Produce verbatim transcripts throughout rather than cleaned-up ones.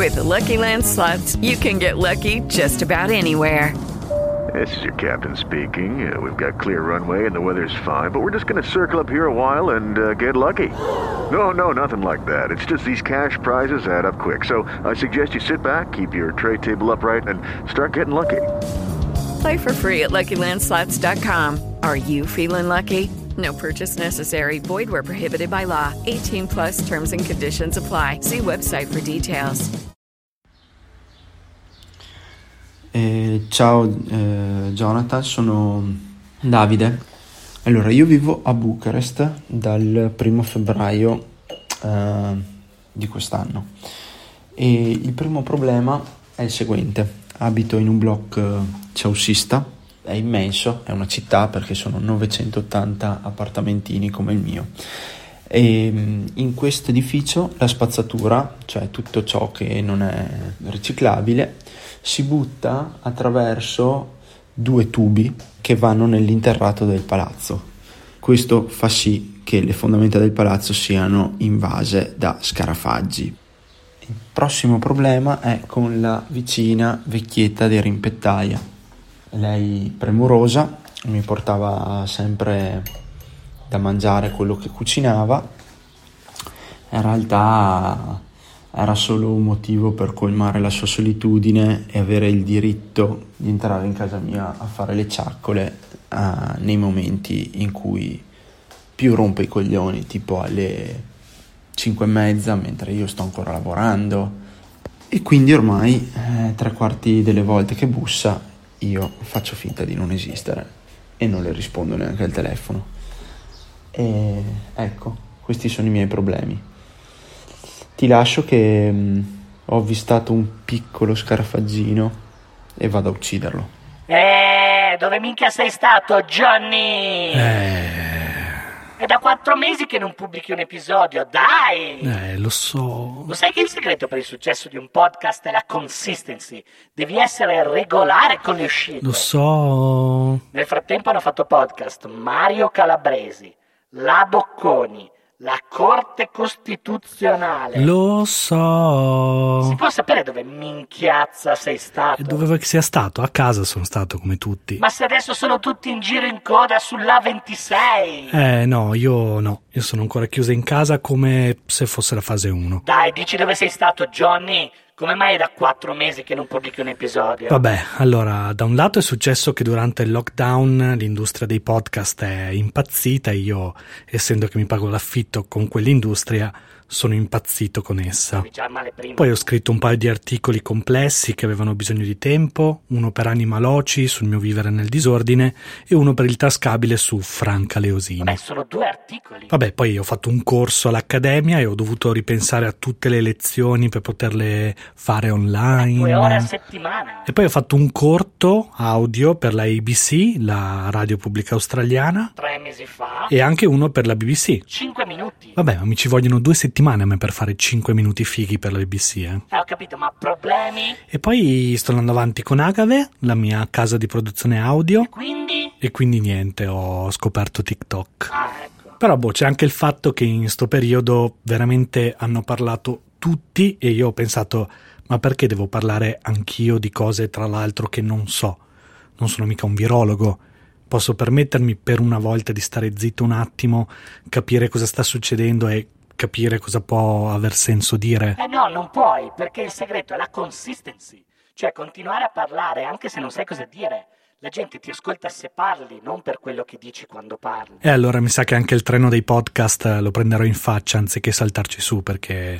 With the Lucky Land Slots, you can get lucky just about anywhere. This is your captain speaking. Uh, we've got clear runway and the weather's fine, but we're just going to circle up here a while and uh, get lucky. No, no, nothing like that. It's just these cash prizes add up quick. So I suggest you sit back, keep your tray table upright, and start getting lucky. Play for free at Lucky Land Slots dot com. Are you feeling lucky? No purchase necessary. Void where prohibited by law. eighteen plus terms and conditions apply. See website for details. Eh, ciao eh, Jonathan, sono Davide. Allora, io vivo a Bucarest dal primo febbraio eh, di quest'anno e il primo problema è il seguente. Abito in un block eh, Ceausista, è immenso, è una città perché sono novecentottanta appartamentini come il mio. E in questo edificio la spazzatura, cioè tutto ciò che non è riciclabile, si butta attraverso due tubi che vanno nell'interrato del palazzo. Questo fa sì che le fondamenta del palazzo siano invase da scarafaggi. Il prossimo problema è con la vicina vecchietta di Rimpettaia. Lei premurosa, mi portava sempre da mangiare quello che cucinava. In realtà era solo un motivo per colmare la sua solitudine e avere il diritto di entrare in casa mia a fare le ciaccole uh, nei momenti in cui più rompe i coglioni, tipo alle cinque e mezza mentre io sto ancora lavorando. E quindi ormai eh, tre quarti delle volte che bussa io faccio finta di non esistere e non le rispondo neanche al telefono. E ecco, questi sono i miei problemi. Ti lascio che mh, ho avvistato un piccolo scarafaggino e vado a ucciderlo. Eh, dove minchia sei stato, Johnny? Eh... È da quattro mesi che non pubblichi un episodio, dai! Eh, lo so... Lo sai che il segreto per il successo di un podcast è la consistency? Devi essere regolare con le uscite. Lo so... Nel frattempo hanno fatto podcast Mario Calabresi, La Bocconi, la Corte Costituzionale. Lo so... Si può sapere dove minchiazza sei stato? E dove vuoi che sia stato? A casa sono stato come tutti. Ma se adesso sono tutti in giro in coda sull'A ventisei? Eh no, io no. Io sono ancora chiuso in casa come se fosse la fase uno. Dai, dici dove sei stato, Johnny? Come mai è da quattro mesi che non pubblichi un episodio? Vabbè, allora, da un lato è successo che durante il lockdown l'industria dei podcast è impazzita e io, essendo che mi pago l'affitto con quell'industria, sono impazzito con essa. Poi ho scritto un paio di articoli complessi che avevano bisogno di tempo, uno per Anima Loci sul mio vivere nel disordine e uno per il tascabile su Franca Leosini. Vabbè, sono due articoli. Vabbè, poi ho fatto un corso all'accademia e ho dovuto ripensare a tutte le lezioni per poterle fare online. Due ore a settimana. E poi ho fatto un corto audio per la A B C, la radio pubblica australiana. Tre mesi fa. E anche uno per la B B C. Cinque minuti. Vabbè, ma mi ci vogliono due settimane a me per fare cinque minuti fighi per la B B C, eh. Eh, ho capito, ma problemi? E poi sto andando avanti con Agave, la mia casa di produzione audio. E quindi? E quindi niente, ho scoperto TikTok. Ah, ecco. Però boh, c'è anche il fatto che in sto periodo veramente hanno parlato tutti e io ho pensato, ma perché devo parlare anch'io di cose tra l'altro che non so? Non sono mica un virologo. Posso permettermi per una volta di stare zitto un attimo, capire cosa sta succedendo e capire cosa può aver senso dire? Eh no, non puoi, perché il segreto è la consistency. Cioè continuare a parlare anche se non sai cosa dire. La gente ti ascolta se parli, non per quello che dici quando parli. E allora mi sa che anche il treno dei podcast lo prenderò in faccia anziché saltarci su, perché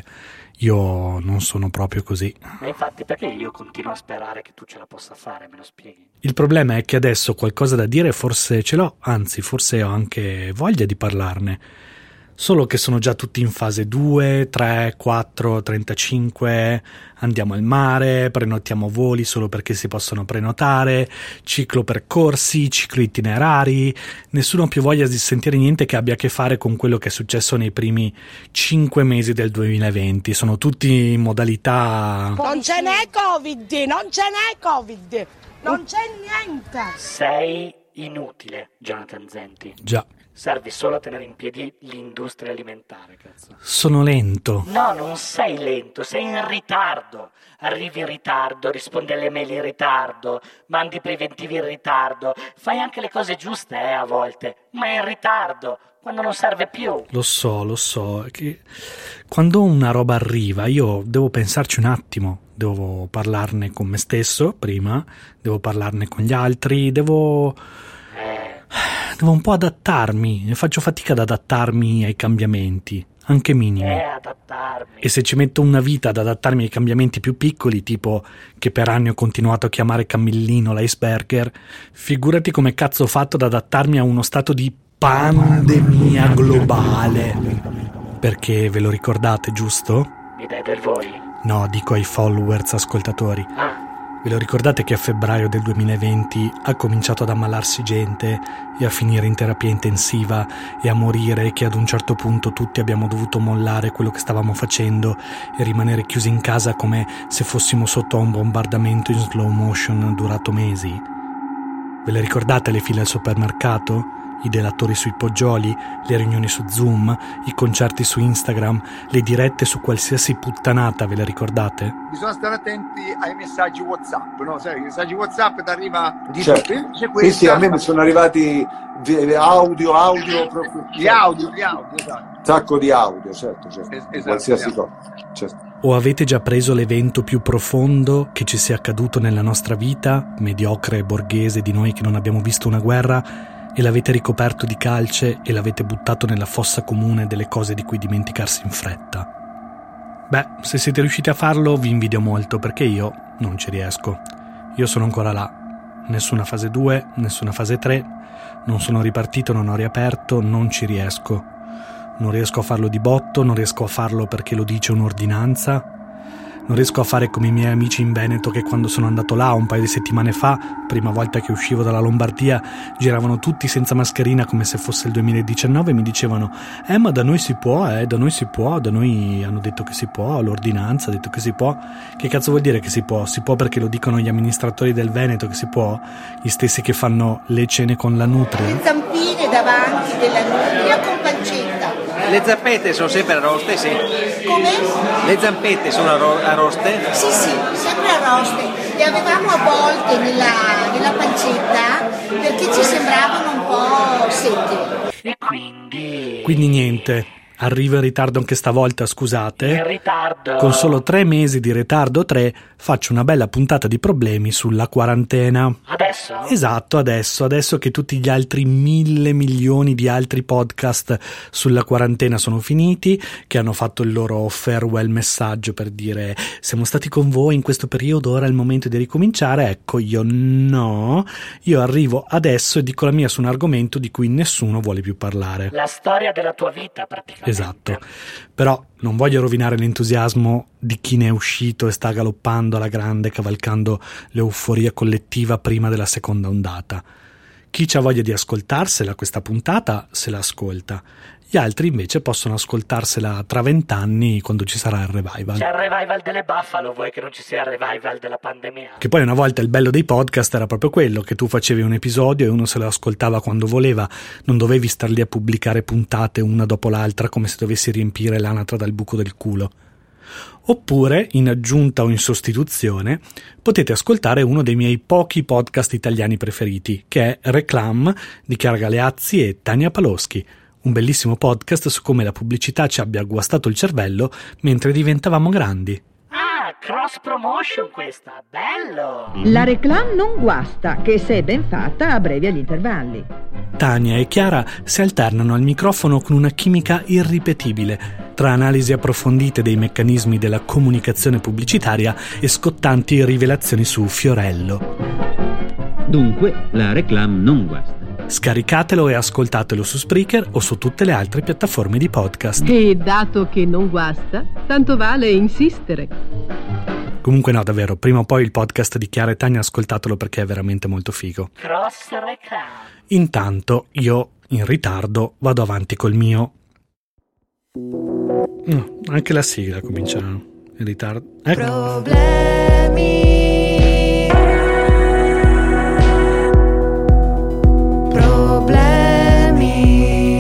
io non sono proprio così. Ma infatti perché io continuo a sperare che tu ce la possa fare, me lo spieghi? Il problema è che adesso qualcosa da dire forse ce l'ho, anzi forse ho anche voglia di parlarne. Solo che sono già tutti in fase due, tre, quattro, trentacinque, andiamo al mare, prenotiamo voli solo perché si possono prenotare, ciclo percorsi, ciclo itinerari, nessuno ha più voglia di sentire niente che abbia a che fare con quello che è successo nei primi cinque mesi del duemilaventi, sono tutti in modalità... Non ce n'è Covid, non ce n'è Covid, non c'è niente. Sei inutile, Jonathan Zenti. Già. Servi solo a tenere in piedi l'industria alimentare, cazzo. Sono lento. No, non sei lento, sei in ritardo. Arrivi in ritardo, rispondi alle mail in ritardo, mandi preventivi in ritardo, fai anche le cose giuste, eh, a volte, ma è in ritardo, quando non serve più. Lo so, lo so, che quando una roba arriva io devo pensarci un attimo, devo parlarne con me stesso prima, devo parlarne con gli altri, devo... devo un po' adattarmi, faccio fatica ad adattarmi ai cambiamenti, anche minimi. Eh, adattarmi. E se ci metto una vita ad adattarmi ai cambiamenti più piccoli, tipo che per anni ho continuato a chiamare Camillino l'iceberger, figurati come cazzo ho fatto ad adattarmi a uno stato di pandemia globale. Perché ve lo ricordate, giusto? Mi dai del voi? No, dico ai followers ascoltatori. Ah. Ve lo ricordate che a febbraio del duemilaventi ha cominciato ad ammalarsi gente e a finire in terapia intensiva e a morire, e che ad un certo punto tutti abbiamo dovuto mollare quello che stavamo facendo e rimanere chiusi in casa come se fossimo sotto a un bombardamento in slow motion durato mesi? Ve le ricordate le file al supermercato? I delatori sui poggioli, le riunioni su Zoom, i concerti su Instagram, le dirette su qualsiasi puttanata, ve le ricordate? Bisogna stare attenti ai messaggi WhatsApp, no? Sai, i messaggi WhatsApp ti arriva di certo. Sì, sì, a me mi sono arrivati audio, audio, proprio, gli audio, gli audio, esatto. Un sacco di audio, certo, certo. Es- esatto, qualsiasi esatto. cosa, certo. O avete già preso l'evento più profondo che ci sia accaduto nella nostra vita, mediocre e borghese di noi che non abbiamo visto una guerra, e l'avete ricoperto di calce e l'avete buttato nella fossa comune delle cose di cui dimenticarsi in fretta? Beh, se siete riusciti a farlo vi invidio molto, perché io non ci riesco. Io sono ancora là. Nessuna fase due, nessuna fase tre, non sono ripartito, non ho riaperto, non ci riesco. Non riesco a farlo di botto, non riesco a farlo perché lo dice un'ordinanza. Non riesco a fare come i miei amici in Veneto che quando sono andato là un paio di settimane fa, prima volta che uscivo dalla Lombardia, giravano tutti senza mascherina come se fosse il duemiladiciannove e mi dicevano «Eh ma da noi si può, eh, da noi si può, da noi hanno detto che si può, l'ordinanza ha detto che si può». Che cazzo vuol dire che si può? Si può perché lo dicono gli amministratori del Veneto che si può? Gli stessi che fanno le cene con la Nutria? Le zampine davanti della nutria con pancetta. Le zampette sono sempre arroste, sì. Come? Le zampette sono arro- arroste? Sì, sì, sempre arroste. Le avevamo avvolte nella, nella pancetta perché ci sembravano un po' secche. E quindi... Quindi niente. Arrivo in ritardo anche stavolta, scusate. In ritardo. Con solo tre mesi di ritardo, tre, faccio una bella puntata di problemi sulla quarantena. Adesso? Esatto, adesso, adesso che tutti gli altri mille milioni di altri podcast sulla quarantena sono finiti, che hanno fatto il loro farewell messaggio per dire siamo stati con voi in questo periodo, ora è il momento di ricominciare. Ecco, io no, io arrivo adesso e dico la mia su un argomento di cui nessuno vuole più parlare. La storia della tua vita, praticamente. Esatto, però non voglio rovinare l'entusiasmo di chi ne è uscito e sta galoppando alla grande, cavalcando l'euforia collettiva prima della seconda ondata. Chi c'ha voglia di ascoltarsela questa puntata se la ascolta, gli altri invece possono ascoltarsela tra vent'anni quando ci sarà il revival. C'è il revival delle Buffalo, vuoi che non ci sia il revival della pandemia? Che poi una volta il bello dei podcast era proprio quello, che tu facevi un episodio e uno se lo ascoltava quando voleva, non dovevi star lì a pubblicare puntate una dopo l'altra come se dovessi riempire l'anatra dal buco del culo. Oppure, in aggiunta o in sostituzione, potete ascoltare uno dei miei pochi podcast italiani preferiti, che è Reclam di Chiara Galeazzi e Tania Paloschi, un bellissimo podcast su come la pubblicità ci abbia guastato il cervello mentre diventavamo grandi. Ah, cross promotion questa, bello! La Reclam non guasta, che se è ben fatta abbrevi gli intervalli. Tania e Chiara si alternano al microfono con una chimica irripetibile, tra analisi approfondite dei meccanismi della comunicazione pubblicitaria e scottanti rivelazioni su Fiorello. Dunque, la Reclam non guasta. Scaricatelo e ascoltatelo su Spreaker o su tutte le altre piattaforme di podcast. E dato che non guasta, tanto vale insistere. Comunque no, davvero, prima o poi il podcast di Chiara e Tania ascoltatelo perché è veramente molto figo. Cross Reclam. Intanto io, in ritardo, vado avanti col mio... No, anche la sigla comincia in ritardo. Ecco. Problemi. Problemi.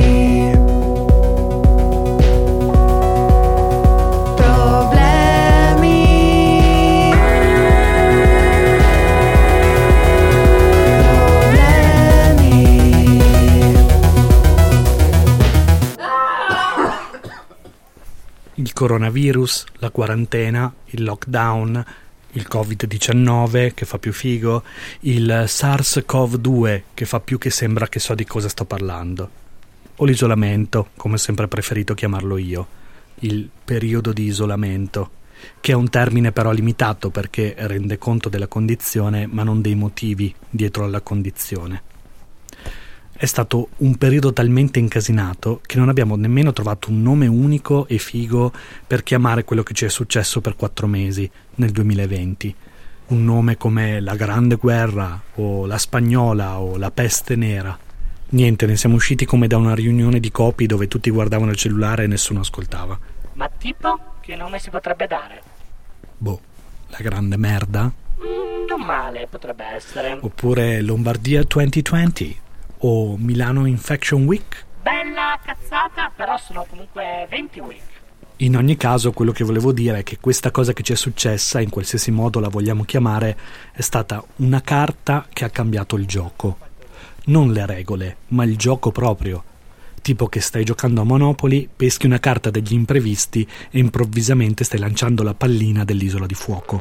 coronavirus, la quarantena, il lockdown, il covid diciannove che fa più figo, il SARS-CoV due che fa più che sembra che so di cosa sto parlando, o l'isolamento, come ho sempre preferito chiamarlo io, il periodo di isolamento, che è un termine però limitato perché rende conto della condizione ma non dei motivi dietro alla condizione. È stato un periodo talmente incasinato che non abbiamo nemmeno trovato un nome unico e figo per chiamare quello che ci è successo per quattro mesi nel duemilaventi. Un nome come la Grande Guerra o la Spagnola o la Peste Nera. Niente, ne siamo usciti come da una riunione di copi dove tutti guardavano il cellulare e nessuno ascoltava. Ma tipo, che nome si potrebbe dare? Boh, la Grande Merda? Mm, non male, potrebbe essere. Oppure Lombardia duemilaventi o Milano Infection Week? Bella cazzata, però sono comunque venti week. In ogni caso, quello che volevo dire è che questa cosa che ci è successa, in qualsiasi modo la vogliamo chiamare, è stata una carta che ha cambiato il gioco. Non le regole, ma il gioco proprio. Tipo che stai giocando a Monopoli, peschi una carta degli imprevisti e improvvisamente stai lanciando la pallina dell'isola di fuoco.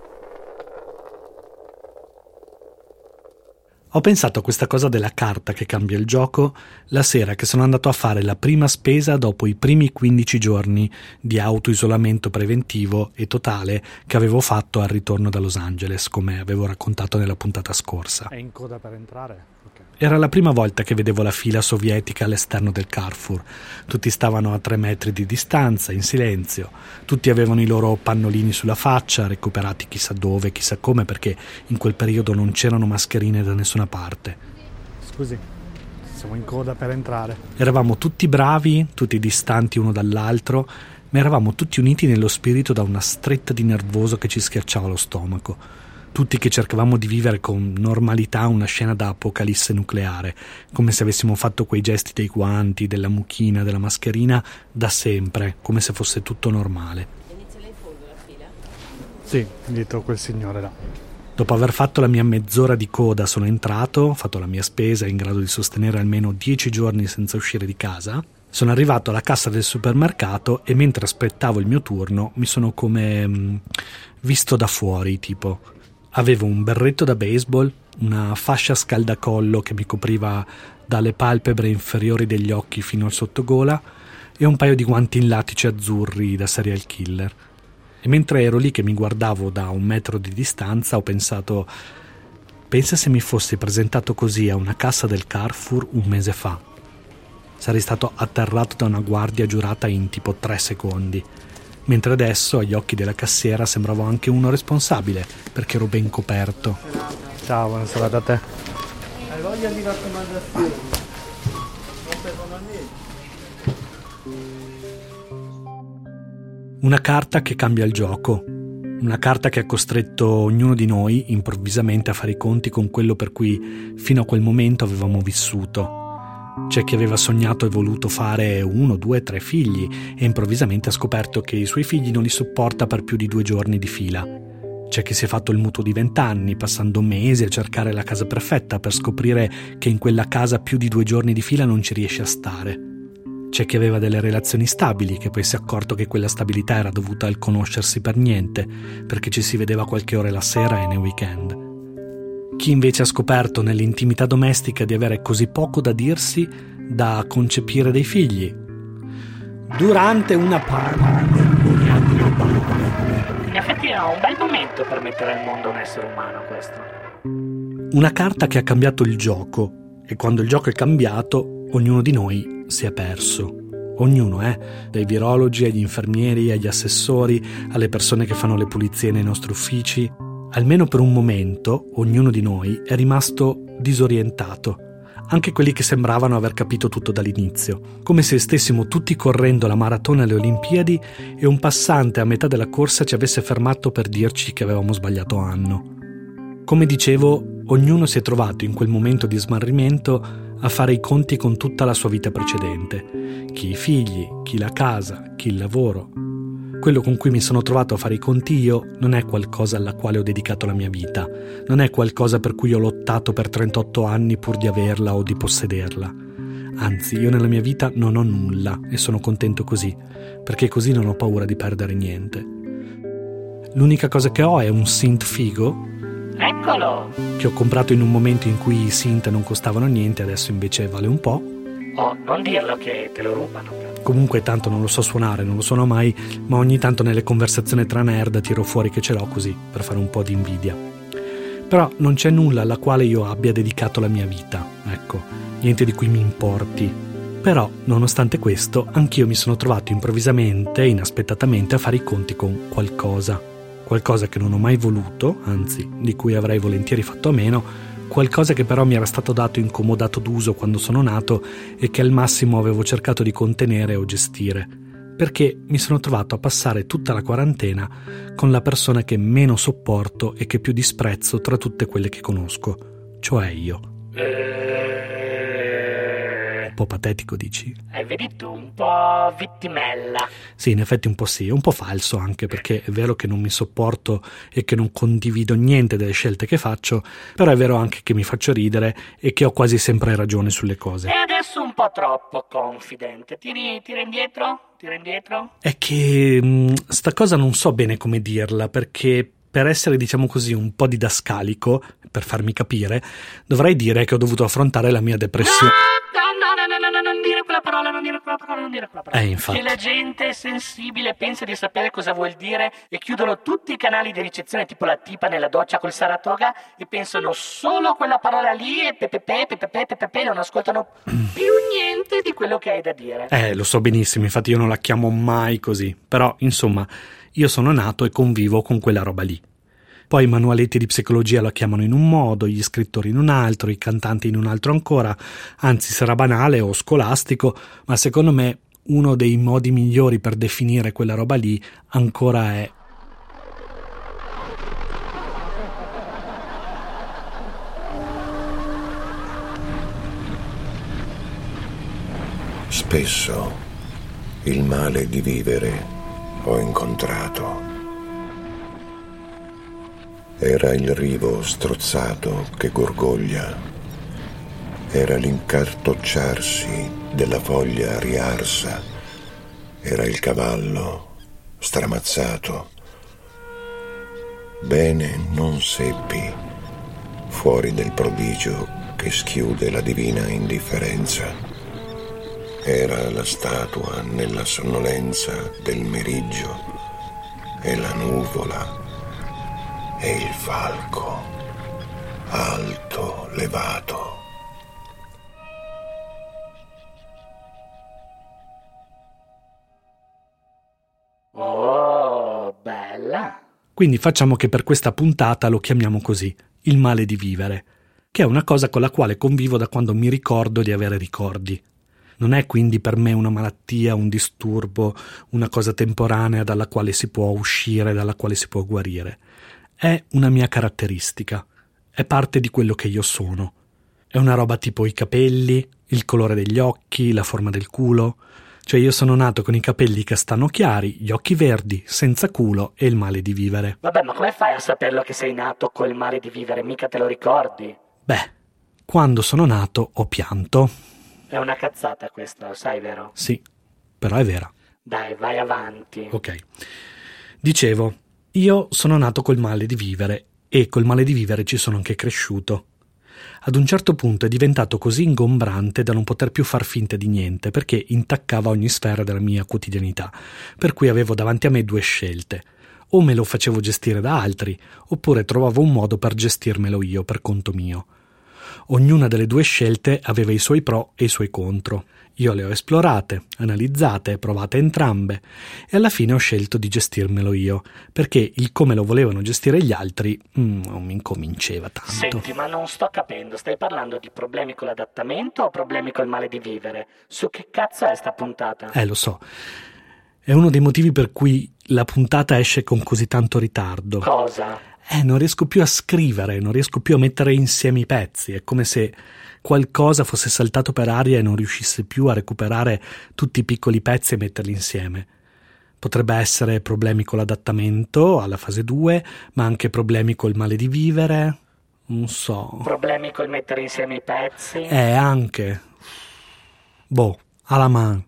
Ho pensato a questa cosa della carta che cambia il gioco la sera che sono andato a fare la prima spesa dopo i primi quindici giorni di autoisolamento preventivo e totale che avevo fatto al ritorno da Los Angeles, come avevo raccontato nella puntata scorsa. È in coda per entrare? Okay. Era la prima volta che vedevo la fila sovietica all'esterno del Carrefour. Tutti stavano a tre metri di distanza, in silenzio. Tutti avevano i loro pannolini sulla faccia, recuperati chissà dove, chissà come, perché in quel periodo non c'erano mascherine da nessuna parte. Scusi, siamo in coda per entrare. Eravamo tutti bravi, tutti distanti uno dall'altro, ma eravamo tutti uniti nello spirito da una stretta di nervoso che ci schiacciava lo stomaco. Tutti che cercavamo di vivere con normalità una scena da apocalisse nucleare, come se avessimo fatto quei gesti dei guanti, della mucchina, della mascherina da sempre, come se fosse tutto normale. Inizia lei fondo la fila? Sì, dietro quel signore là. Dopo aver fatto la mia mezz'ora di coda sono entrato, ho fatto la mia spesa in grado di sostenere almeno dieci giorni senza uscire di casa. Sono arrivato alla cassa del supermercato e mentre aspettavo il mio turno mi sono come mh, visto da fuori, tipo. Avevo un berretto da baseball, una fascia scaldacollo che mi copriva dalle palpebre inferiori degli occhi fino al sottogola e un paio di guanti in lattice azzurri da serial killer. E mentre ero lì che mi guardavo da un metro di distanza ho pensato: pensa se mi fossi presentato così a una cassa del Carrefour un mese fa. Sarei stato atterrato da una guardia giurata in tipo tre secondi. Mentre adesso agli occhi della cassiera sembravo anche uno responsabile, perché ero ben coperto. Ciao, buona serata a te. Hai voglia di raccomandazioni? Non servono a niente. Una carta che cambia il gioco. Una carta che ha costretto ognuno di noi improvvisamente a fare i conti con quello per cui fino a quel momento avevamo vissuto. C'è chi aveva sognato e voluto fare uno, due, tre figli e improvvisamente ha scoperto che i suoi figli non li sopporta per più di due giorni di fila. C'è chi si è fatto il mutuo di vent'anni, passando mesi a cercare la casa perfetta per scoprire che in quella casa più di due giorni di fila non ci riesce a stare. C'è chi aveva delle relazioni stabili, che poi si è accorto che quella stabilità era dovuta al conoscersi per niente, perché ci si vedeva qualche ora la sera e nei weekend. Chi invece ha scoperto nell'intimità domestica di avere così poco da dirsi da concepire dei figli. Durante una parla. In effetti è un bel momento per mettere al mondo un essere umano questo. Una carta che ha cambiato il gioco, e quando il gioco è cambiato, ognuno di noi si è perso. Ognuno, eh? Dai virologi agli infermieri, agli assessori, alle persone che fanno le pulizie nei nostri uffici. Almeno per un momento, ognuno di noi è rimasto disorientato, anche quelli che sembravano aver capito tutto dall'inizio, come se stessimo tutti correndo la maratona alle Olimpiadi e un passante a metà della corsa ci avesse fermato per dirci che avevamo sbagliato anno. Come dicevo, ognuno si è trovato in quel momento di smarrimento a fare i conti con tutta la sua vita precedente, chi i figli, chi la casa, chi il lavoro. Quello con cui mi sono trovato a fare i conti io non è qualcosa alla quale ho dedicato la mia vita, non è qualcosa per cui ho lottato per trentotto anni pur di averla o di possederla. Anzi, io nella mia vita non ho nulla e sono contento così, perché così non ho paura di perdere niente. L'unica cosa che ho è un synth figo. Eccolo! Che ho comprato in un momento in cui i synth non costavano niente, adesso invece vale un po'. Oh, non dirlo che te lo rubano. Comunque tanto non lo so suonare, non lo suono mai, ma ogni tanto nelle conversazioni tra nerd tiro fuori che ce l'ho così, per fare un po' di invidia. Però non c'è nulla alla quale io abbia dedicato la mia vita, ecco, niente di cui mi importi. Però, nonostante questo, anch'io mi sono trovato improvvisamente, inaspettatamente, a fare i conti con qualcosa. Qualcosa che non ho mai voluto, anzi, di cui avrei volentieri fatto a meno, qualcosa che però mi era stato dato in comodato d'uso quando sono nato e che al massimo avevo cercato di contenere o gestire, perché mi sono trovato a passare tutta la quarantena con la persona che meno sopporto e che più disprezzo tra tutte quelle che conosco, cioè io. Un po' patetico, dici? Eh, vedi tu, un po' vittimella. Sì, in effetti un po' sì, un po' falso anche, perché è vero che non mi sopporto e che non condivido niente delle scelte che faccio, però è vero anche che mi faccio ridere e che ho quasi sempre ragione sulle cose. E adesso un po' troppo confidente. Tiri, tira indietro? Tira indietro? È che mh, sta cosa non so bene come dirla, perché per essere, diciamo così, un po' didascalico, per farmi capire, dovrei dire che ho dovuto affrontare la mia depressione. No, no, no, no, no, non dire quella parola, non dire quella parola, non dire quella parola. Eh, infatti. Che la gente è sensibile, pensa di sapere cosa vuol dire e chiudono tutti i canali di ricezione, tipo la tipa nella doccia col Saratoga, e pensano solo quella parola lì e pepepe, pepepe, pepepe, non ascoltano più niente di quello che hai da dire. Eh, lo so benissimo, infatti io non la chiamo mai così. Però, insomma, io sono nato e convivo con quella roba lì. Poi i manualetti di psicologia la chiamano in un modo, gli scrittori in un altro, i cantanti in un altro ancora, anzi sarà banale o scolastico, ma secondo me uno dei modi migliori per definire quella roba lì ancora è spesso il male di vivere ho incontrato. Era il rivo strozzato che gorgoglia, era l'incartocciarsi della foglia riarsa, era il cavallo stramazzato. Bene non seppi, fuori del prodigio che schiude la divina indifferenza. Era la statua nella sonnolenza del meriggio e la nuvola e il falco, alto, levato. Oh, bella. Quindi facciamo che per questa puntata lo chiamiamo così, il male di vivere, che è una cosa con la quale convivo da quando mi ricordo di avere ricordi. Non è quindi per me una malattia, un disturbo, una cosa temporanea dalla quale si può uscire, dalla quale si può guarire. È una mia caratteristica, è parte di quello che io sono. È una roba tipo i capelli, il colore degli occhi, la forma del culo. Cioè io sono nato con i capelli castano chiari, gli occhi verdi, senza culo e il male di vivere. Vabbè, ma come fai a saperlo che sei nato col male di vivere? Mica te lo ricordi? Beh, quando sono nato ho pianto. È una cazzata questa, lo sai, vero? Sì, però è vera. Dai, vai avanti. Ok. Dicevo, io sono nato col male di vivere e col male di vivere ci sono anche cresciuto. Ad un certo punto è diventato così ingombrante da non poter più far finta di niente, perché intaccava ogni sfera della mia quotidianità, per cui avevo davanti a me due scelte. O me lo facevo gestire da altri, oppure trovavo un modo per gestirmelo io per conto mio. Ognuna delle due scelte aveva i suoi pro e i suoi contro. Io le ho esplorate, analizzate, provate entrambe e alla fine ho scelto di gestirmelo io, perché il come lo volevano gestire gli altri mm, non mi inconvinceva tanto. Senti, ma non sto capendo, stai parlando di problemi con l'adattamento o problemi col male di vivere? Su che cazzo è sta puntata? Eh, lo so. È uno dei motivi per cui la puntata esce con così tanto ritardo. Cosa? Eh, non riesco più a scrivere, non riesco più a mettere insieme i pezzi. È come se qualcosa fosse saltato per aria e non riuscisse più a recuperare tutti i piccoli pezzi e metterli insieme. Potrebbe essere problemi con l'adattamento alla fase due, ma anche problemi col male di vivere. Non so. Problemi col mettere insieme i pezzi? Eh, anche. Boh, alla man.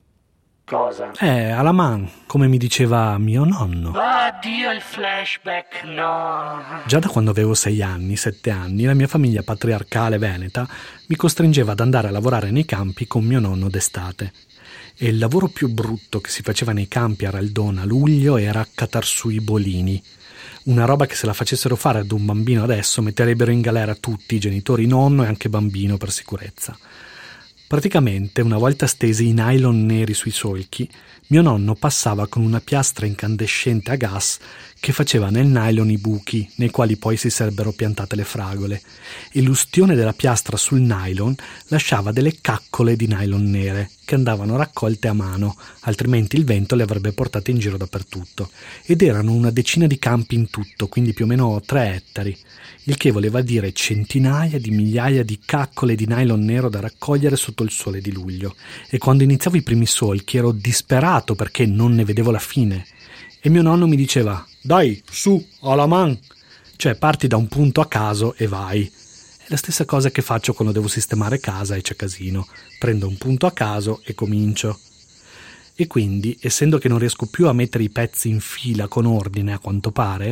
Cosa? Eh, alla man, come mi diceva mio nonno. Addio il flashback, no. Già da quando avevo sei anni, sette anni, la mia famiglia patriarcale veneta mi costringeva ad andare a lavorare nei campi con mio nonno d'estate. E il lavoro più brutto che si faceva nei campi a Raldona a luglio era accatar su i bolini. Una roba che se la facessero fare ad un bambino adesso metterebbero in galera tutti, genitori, nonno e anche bambino per sicurezza. Praticamente, una volta stesi i nylon neri sui solchi, mio nonno passava con una piastra incandescente a gas che faceva nel nylon i buchi, nei quali poi si sarebbero piantate le fragole, e l'ustione della piastra sul nylon lasciava delle caccole di nylon nere, che andavano raccolte a mano, altrimenti il vento le avrebbe portate in giro dappertutto. Ed erano una decina di campi in tutto, quindi più o meno tre ettari, il che voleva dire centinaia di migliaia di caccole di nylon nero da raccogliere sotto il sole di luglio. E quando iniziavo i primi solchi ero disperato perché non ne vedevo la fine. E mio nonno mi diceva: dai, su, alla man! Cioè, parti da un punto a caso e vai. È la stessa cosa che faccio quando devo sistemare casa e c'è casino. Prendo un punto a caso e comincio. E quindi, essendo che non riesco più a mettere i pezzi in fila con ordine, a quanto pare,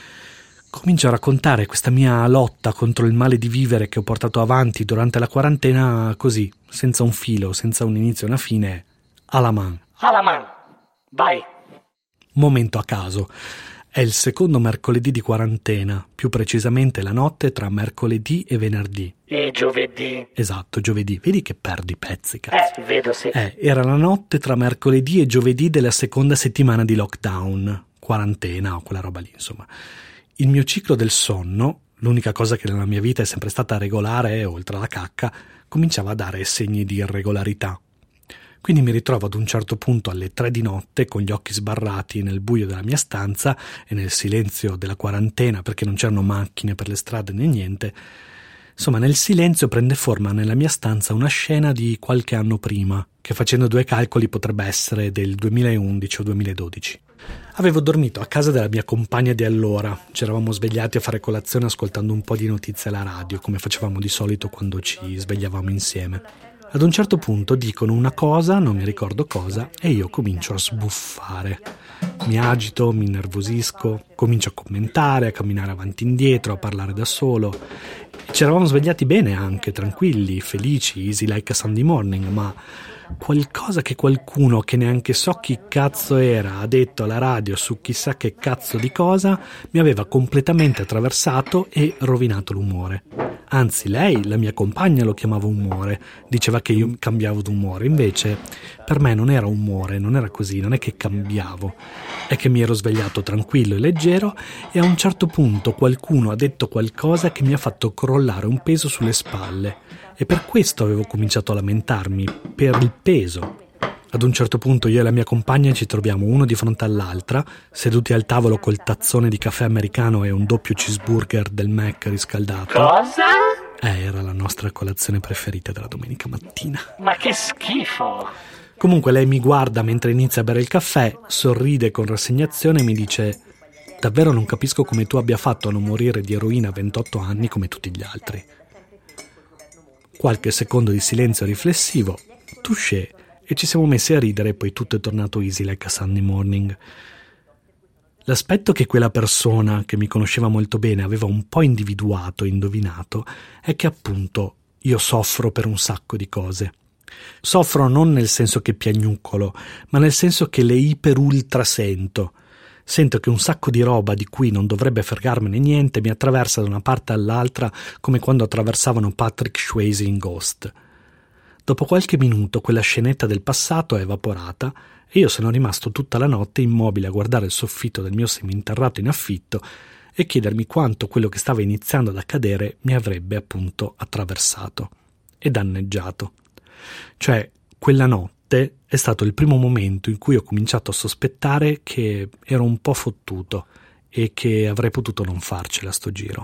comincio a raccontare questa mia lotta contro il male di vivere che ho portato avanti durante la quarantena così, senza un filo, senza un inizio e una fine, alla man. Alla man, vai. Momento a caso. È il secondo mercoledì di quarantena, più precisamente la notte tra mercoledì e venerdì. E giovedì. Esatto, giovedì. Vedi che perdi pezzi, cazzo. Eh, vedo sì. Eh, era la notte tra mercoledì e giovedì della seconda settimana di lockdown, quarantena o quella roba lì, insomma. Il mio ciclo del sonno, l'unica cosa che nella mia vita è sempre stata regolare, oltre alla cacca, cominciava a dare segni di irregolarità. Quindi mi ritrovo ad un certo punto alle tre di notte con gli occhi sbarrati nel buio della mia stanza e nel silenzio della quarantena, perché non c'erano macchine per le strade né niente. Insomma, nel silenzio prende forma nella mia stanza una scena di qualche anno prima, che facendo due calcoli potrebbe essere del duemilaundici o duemiladodici. Avevo dormito a casa della mia compagna di allora, ci eravamo svegliati a fare colazione ascoltando un po' di notizie alla radio, come facevamo di solito quando ci svegliavamo insieme. Ad un certo punto dicono una cosa, non mi ricordo cosa, e io comincio a sbuffare. Mi agito, mi innervosisco, comincio a commentare, a camminare avanti e indietro, a parlare da solo. Ci eravamo svegliati bene anche, tranquilli, felici, easy like a Sunday morning, ma qualcosa che qualcuno che neanche so chi cazzo era ha detto alla radio su chissà che cazzo di cosa mi aveva completamente attraversato e rovinato l'umore. Anzi, lei, la mia compagna, lo chiamava umore, diceva che io cambiavo d'umore, invece per me non era umore, non era così, non è che cambiavo, è che mi ero svegliato tranquillo e leggero e a un certo punto qualcuno ha detto qualcosa che mi ha fatto crollare un peso sulle spalle e per questo avevo cominciato a lamentarmi, per il peso. Ad un certo punto io e la mia compagna ci troviamo uno di fronte all'altra, seduti al tavolo col tazzone di caffè americano e un doppio cheeseburger del Mac riscaldato. Cosa? Eh, era la nostra colazione preferita della domenica mattina. Ma che schifo! Comunque lei mi guarda mentre inizia a bere il caffè, sorride con rassegnazione e mi dice: davvero non capisco come tu abbia fatto a non morire di eroina a ventotto anni come tutti gli altri. Qualche secondo di silenzio riflessivo, touché, e ci siamo messi a ridere e poi tutto è tornato easy like a Sunday morning. L'aspetto che quella persona, che mi conosceva molto bene, aveva un po' individuato e indovinato è che appunto io soffro per un sacco di cose. Soffro non nel senso che piagnuccolo, ma nel senso che le iper ultra sento. Sento che un sacco di roba di cui non dovrebbe fregarmene niente mi attraversa da una parte all'altra come quando attraversavano Patrick Swayze in Ghost. Dopo qualche minuto quella scenetta del passato è evaporata e io sono rimasto tutta la notte immobile a guardare il soffitto del mio seminterrato in affitto e chiedermi quanto quello che stava iniziando ad accadere mi avrebbe appunto attraversato e danneggiato. Cioè, quella notte è stato il primo momento in cui ho cominciato a sospettare che ero un po' fottuto e che avrei potuto non farcela sto giro.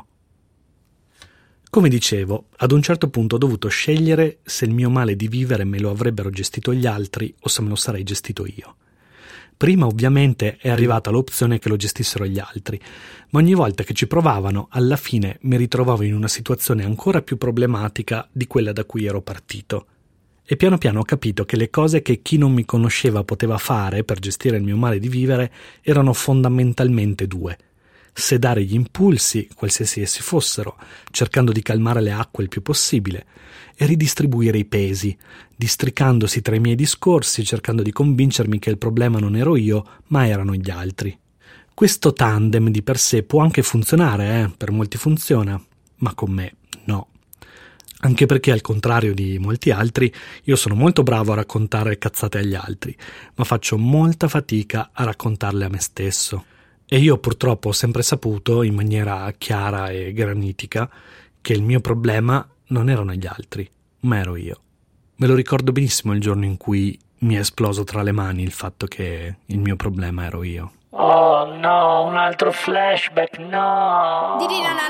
Come dicevo, ad un certo punto ho dovuto scegliere se il mio male di vivere me lo avrebbero gestito gli altri o se me lo sarei gestito io. Prima ovviamente è arrivata l'opzione che lo gestissero gli altri, ma ogni volta che ci provavano, alla fine mi ritrovavo in una situazione ancora più problematica di quella da cui ero partito. E piano piano ho capito che le cose che chi non mi conosceva poteva fare per gestire il mio male di vivere erano fondamentalmente due. Sedare gli impulsi, qualsiasi essi fossero, cercando di calmare le acque il più possibile, e ridistribuire i pesi, districandosi tra i miei discorsi, cercando di convincermi che il problema non ero io, ma erano gli altri. Questo tandem di per sé può anche funzionare, eh? Per molti funziona, ma con me no. Anche perché, al contrario di molti altri, io sono molto bravo a raccontare cazzate agli altri, ma faccio molta fatica a raccontarle a me stesso. E io purtroppo ho sempre saputo, in maniera chiara e granitica, che il mio problema non erano gli altri, ma ero io. Me lo ricordo benissimo il giorno in cui mi è esploso tra le mani il fatto che il mio problema ero io. Oh no, un altro flashback, no!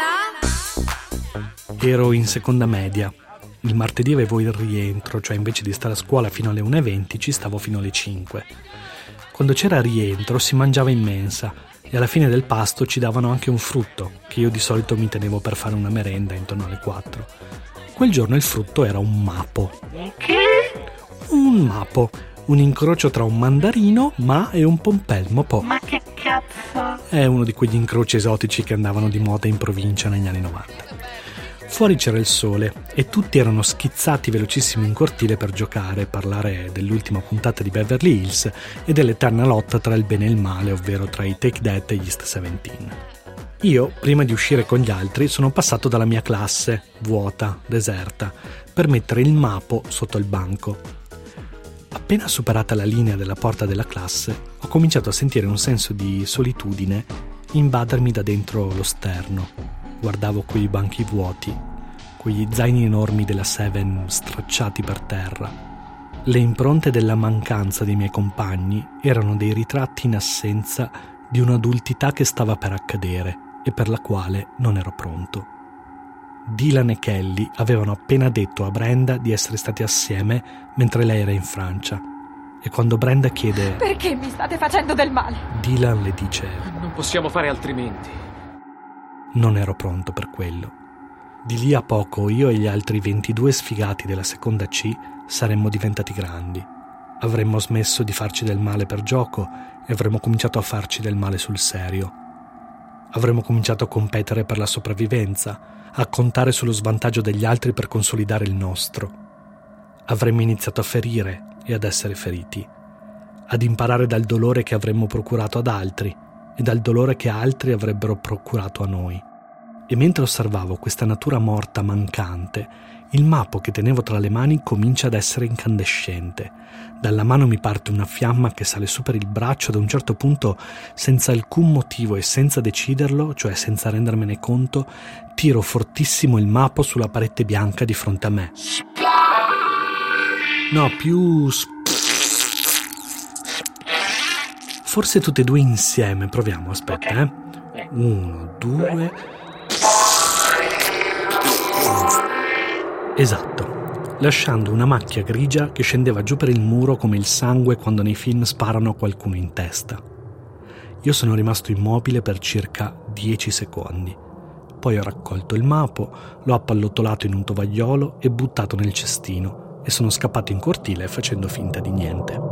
Ero in seconda media. Il martedì avevo il rientro, cioè invece di stare a scuola fino alle una e venti ci stavo fino alle cinque. Quando c'era rientro si mangiava in mensa e alla fine del pasto ci davano anche un frutto, che io di solito mi tenevo per fare una merenda intorno alle quattro. Quel giorno il frutto era un mapo. Che? Un mapo, un incrocio tra un mandarino, ma e un pompelmo po'. Ma che cazzo? È uno di quegli incroci esotici che andavano di moda in provincia negli anni novanta. Fuori c'era il sole e tutti erano schizzati velocissimi in cortile per giocare, parlare dell'ultima puntata di Beverly Hills e dell'eterna lotta tra il bene e il male, ovvero tra i Take That e gli East Seventeen. Io, prima di uscire con gli altri, sono passato dalla mia classe, vuota, deserta, per mettere il mapo sotto il banco. Appena superata la linea della porta della classe, ho cominciato a sentire un senso di solitudine invadermi da dentro lo sterno. Guardavo quei banchi vuoti, quegli zaini enormi della Seven stracciati per terra. Le impronte della mancanza dei miei compagni erano dei ritratti in assenza di un'adultità che stava per accadere e per la quale non ero pronto. Dylan e Kelly avevano appena detto a Brenda di essere stati assieme mentre lei era in Francia. E quando Brenda chiede «Perché mi state facendo del male?» Dylan le dice «Non possiamo fare altrimenti». Non ero pronto per quello. Di lì a poco io e gli altri ventidue sfigati della seconda C saremmo diventati grandi. Avremmo smesso di farci del male per gioco e avremmo cominciato a farci del male sul serio. Avremmo cominciato a competere per la sopravvivenza, a contare sullo svantaggio degli altri per consolidare il nostro. Avremmo iniziato a ferire e ad essere feriti, ad imparare dal dolore che avremmo procurato ad altri e dal dolore che altri avrebbero procurato a noi. E mentre osservavo questa natura morta mancante, il mapo che tenevo tra le mani comincia ad essere incandescente. Dalla mano mi parte una fiamma che sale su per il braccio, ad un certo punto, senza alcun motivo e senza deciderlo, cioè senza rendermene conto, tiro fortissimo il mapo sulla parete bianca di fronte a me. No, più... Forse tutte e due insieme, proviamo, aspetta, eh. Uno, due... Esatto, lasciando una macchia grigia che scendeva giù per il muro come il sangue quando nei film sparano a qualcuno in testa. Io sono rimasto immobile per circa dieci secondi. Poi ho raccolto il mapo, l'ho appallottolato in un tovagliolo e buttato nel cestino e sono scappato in cortile facendo finta di niente.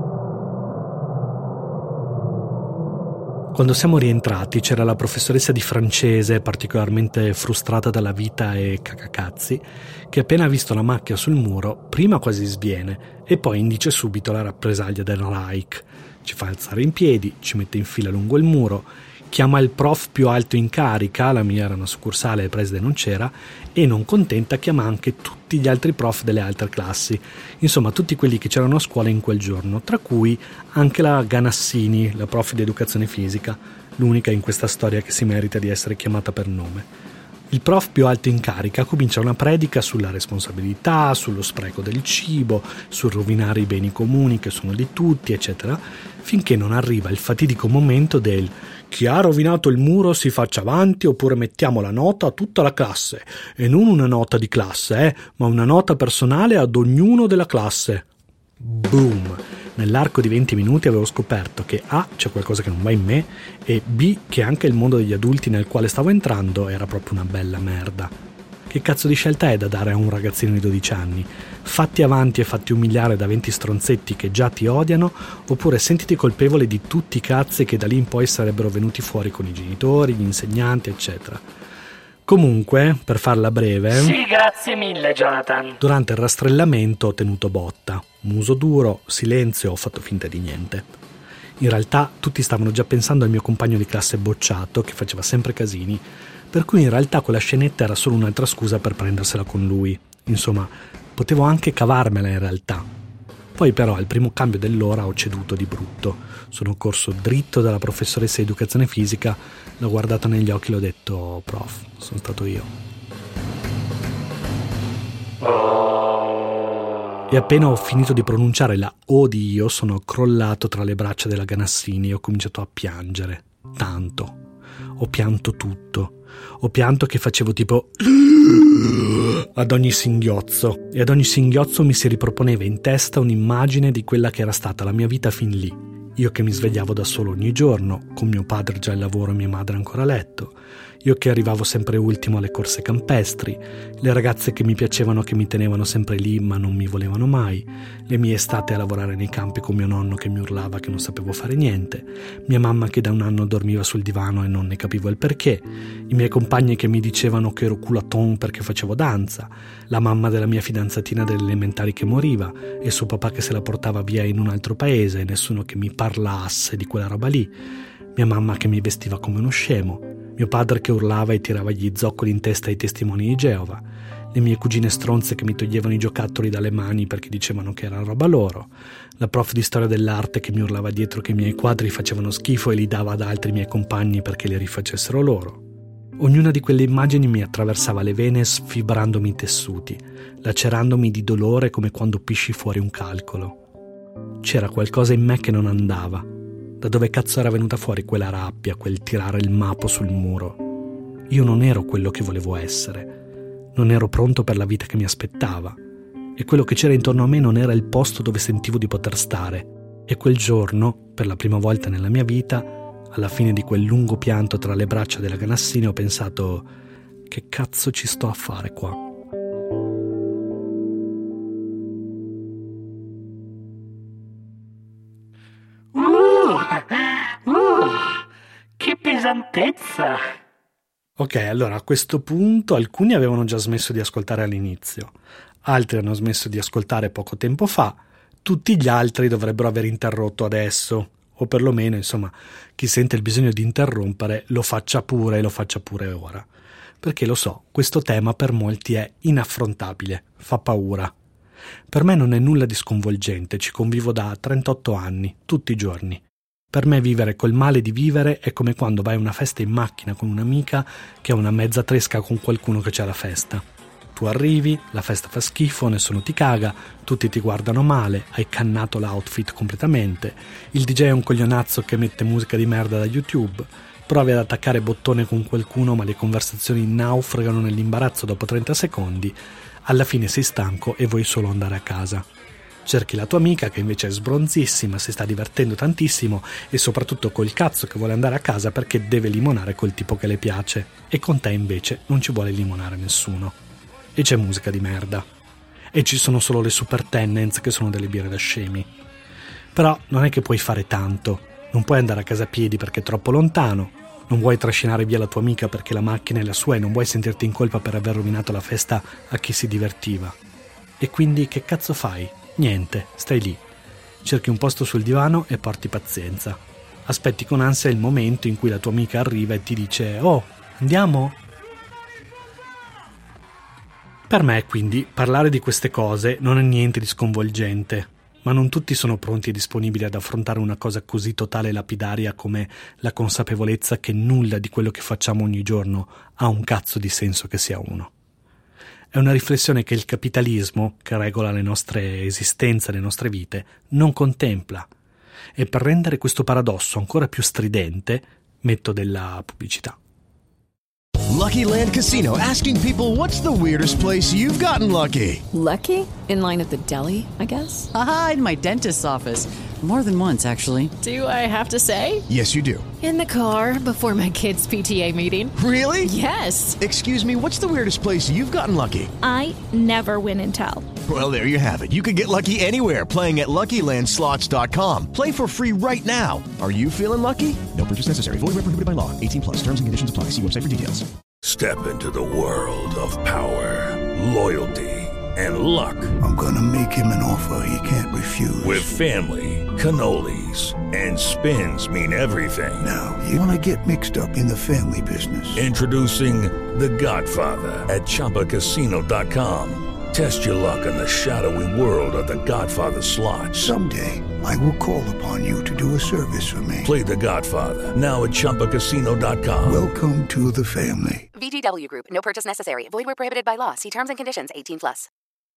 Quando siamo rientrati c'era la professoressa di francese, particolarmente frustrata dalla vita e cacacazzi, che appena visto la macchia sul muro, prima quasi sviene e poi indice subito la rappresaglia del Reich. Ci fa alzare in piedi, ci mette in fila lungo il muro, chiama il prof più alto in carica, la mia era una succursale e il preside non c'era, e non contenta chiama anche tutti gli altri prof delle altre classi, insomma tutti quelli che c'erano a scuola in quel giorno, tra cui anche la Ganassini, la prof di educazione fisica, l'unica in questa storia che si merita di essere chiamata per nome. Il prof più alto in carica comincia una predica sulla responsabilità, sullo spreco del cibo, sul rovinare i beni comuni che sono di tutti, eccetera, finché non arriva il fatidico momento del «Chi ha rovinato il muro si faccia avanti oppure mettiamo la nota a tutta la classe, e non una nota di classe, eh, ma una nota personale ad ognuno della classe». Boom! Nell'arco di venti minuti avevo scoperto che A. c'è qualcosa che non va in me e B. che anche il mondo degli adulti nel quale stavo entrando era proprio una bella merda. Che cazzo di scelta è da dare a un ragazzino di dodici anni? Fatti avanti e fatti umiliare da venti stronzetti che già ti odiano, oppure sentiti colpevole di tutti i cazzi che da lì in poi sarebbero venuti fuori con i genitori, gli insegnanti, eccetera. Comunque, per farla breve... Sì, grazie mille, Jonathan. Durante il rastrellamento ho tenuto botta. Muso duro, silenzio, ho fatto finta di niente. In realtà tutti stavano già pensando al mio compagno di classe bocciato, che faceva sempre casini, per cui in realtà quella scenetta era solo un'altra scusa per prendersela con lui. Insomma, potevo anche cavarmela in realtà. Poi però al primo cambio dell'ora ho ceduto di brutto. Sono corso dritto dalla professoressa di educazione fisica, l'ho guardato negli occhi e l'ho detto: prof, sono stato io. E appena ho finito di pronunciare la O di io, sono crollato tra le braccia della Ganassini e ho cominciato a piangere. Tanto. Ho pianto tutto. Ho pianto che facevo tipo ad ogni singhiozzo, e ad ogni singhiozzo mi si riproponeva in testa un'immagine di quella che era stata la mia vita fin lì. Io che mi svegliavo da solo ogni giorno, con mio padre già al lavoro e mia madre ancora a letto. Io che arrivavo sempre ultimo alle corse campestri, le ragazze che mi piacevano che mi tenevano sempre lì ma non mi volevano mai, le mie estate a lavorare nei campi con mio nonno che mi urlava che non sapevo fare niente, mia mamma che da un anno dormiva sul divano e non ne capivo il perché, i miei compagni che mi dicevano che ero culaton perché facevo danza, la mamma della mia fidanzatina delle elementari che moriva e suo papà che se la portava via in un altro paese e nessuno che mi parlasse di quella roba lì, mia mamma che mi vestiva come uno scemo, mio padre che urlava e tirava gli zoccoli in testa ai testimoni di Geova, le mie cugine stronze che mi toglievano i giocattoli dalle mani perché dicevano che era roba loro, la prof di storia dell'arte che mi urlava dietro che i miei quadri facevano schifo e li dava ad altri miei compagni perché li rifacessero loro. Ognuna di quelle immagini mi attraversava le vene sfibrandomi i tessuti, lacerandomi di dolore come quando pisci fuori un calcolo. C'era qualcosa in me che non andava. Da dove cazzo era venuta fuori quella rabbia, quel tirare il mapo sul muro? Io non ero quello che volevo essere. Non ero pronto per la vita che mi aspettava. E quello che c'era intorno a me non era il posto dove sentivo di poter stare. E quel giorno, per la prima volta nella mia vita, alla fine di quel lungo pianto tra le braccia della Ganassini, ho pensato: che cazzo ci sto a fare qua? Uh, che pesantezza! Ok, allora a questo punto alcuni avevano già smesso di ascoltare all'inizio, altri hanno smesso di ascoltare poco tempo fa, tutti gli altri dovrebbero aver interrotto adesso, o perlomeno, insomma, chi sente il bisogno di interrompere lo faccia pure e lo faccia pure ora. Perché lo so, questo tema per molti è inaffrontabile, fa paura. Per me non è nulla di sconvolgente, ci convivo da trentotto anni, tutti i giorni. Per me vivere col male di vivere è come quando vai a una festa in macchina con un'amica che ha una mezza tresca con qualcuno che c'è alla festa. Tu arrivi, la festa fa schifo, nessuno ti caga, tutti ti guardano male, hai cannato l'outfit completamente, il D J è un coglionazzo che mette musica di merda da YouTube, provi ad attaccare bottone con qualcuno ma le conversazioni naufragano nell'imbarazzo dopo trenta secondi, alla fine sei stanco e vuoi solo andare a casa. Cerchi la tua amica che invece è sbronzissima, si sta divertendo tantissimo e soprattutto col cazzo che vuole andare a casa perché deve limonare col tipo che le piace e con te invece non ci vuole limonare nessuno. E c'è musica di merda. E ci sono solo le super tenants che sono delle birre da scemi. Però non è che puoi fare tanto. Non puoi andare a casa a piedi perché è troppo lontano. Non vuoi trascinare via la tua amica perché la macchina è la sua e non vuoi sentirti in colpa per aver rovinato la festa a chi si divertiva. E quindi che cazzo fai? Niente, stai lì. Cerchi un posto sul divano e porti pazienza. Aspetti con ansia il momento in cui la tua amica arriva e ti dice: oh, andiamo? Per me, quindi, parlare di queste cose non è niente di sconvolgente, ma non tutti sono pronti e disponibili ad affrontare una cosa così totale e lapidaria come la consapevolezza che nulla di quello che facciamo ogni giorno ha un cazzo di senso che sia uno. È una riflessione che il capitalismo, che regola le nostre esistenze, le nostre vite, non contempla. E per rendere questo paradosso ancora più stridente, metto della pubblicità. Lucky Land Casino, asking people, what's the weirdest place you've gotten lucky? Lucky? In line at the deli, I guess? Aha, in my dentist's office. More than once, actually. Do I have to say? Yes, you do. In the car before my kids' P T A meeting. Really? Yes. Excuse me, what's the weirdest place you've gotten lucky? I never win and tell. Well, there you have it. You can get lucky anywhere, playing at Lucky Land Slots dot com. Play for free right now. Are you feeling lucky? No purchase necessary. Void where prohibited by law. eighteen plus. Terms and conditions apply. See website for details. Step into the world of power, loyalty, and luck. I'm gonna make him an offer he can't refuse. With family, cannolis, and spins mean everything. Now, you wanna get mixed up in the family business. Introducing The Godfather at Chumba Casino dot com. Test your luck in the shadowy world of The Godfather slot. Someday, I will call upon you to do a service for me. Play The Godfather, now at Chumba Casino dot com. Welcome to the family. V G W Group. No purchase necessary. Void where prohibited by law. See terms and conditions. eighteen plus.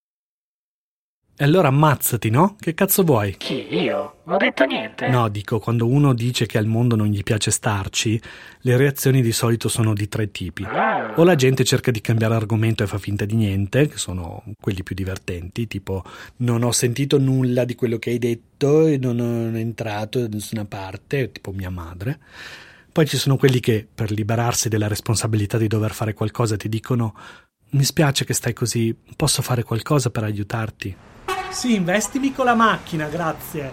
E allora ammazzati, no? Che cazzo vuoi? Chi, io? Non ho detto niente. No, dico, quando uno dice che al mondo non gli piace starci, le reazioni di solito sono di tre tipi. Ah. O la gente cerca di cambiare argomento e fa finta di niente, che sono quelli più divertenti, tipo non ho sentito nulla di quello che hai detto e non ho entrato da nessuna parte, tipo mia madre. Poi ci sono quelli che, per liberarsi della responsabilità di dover fare qualcosa, ti dicono mi spiace che stai così, posso fare qualcosa per aiutarti? Sì, investimi con la macchina, grazie.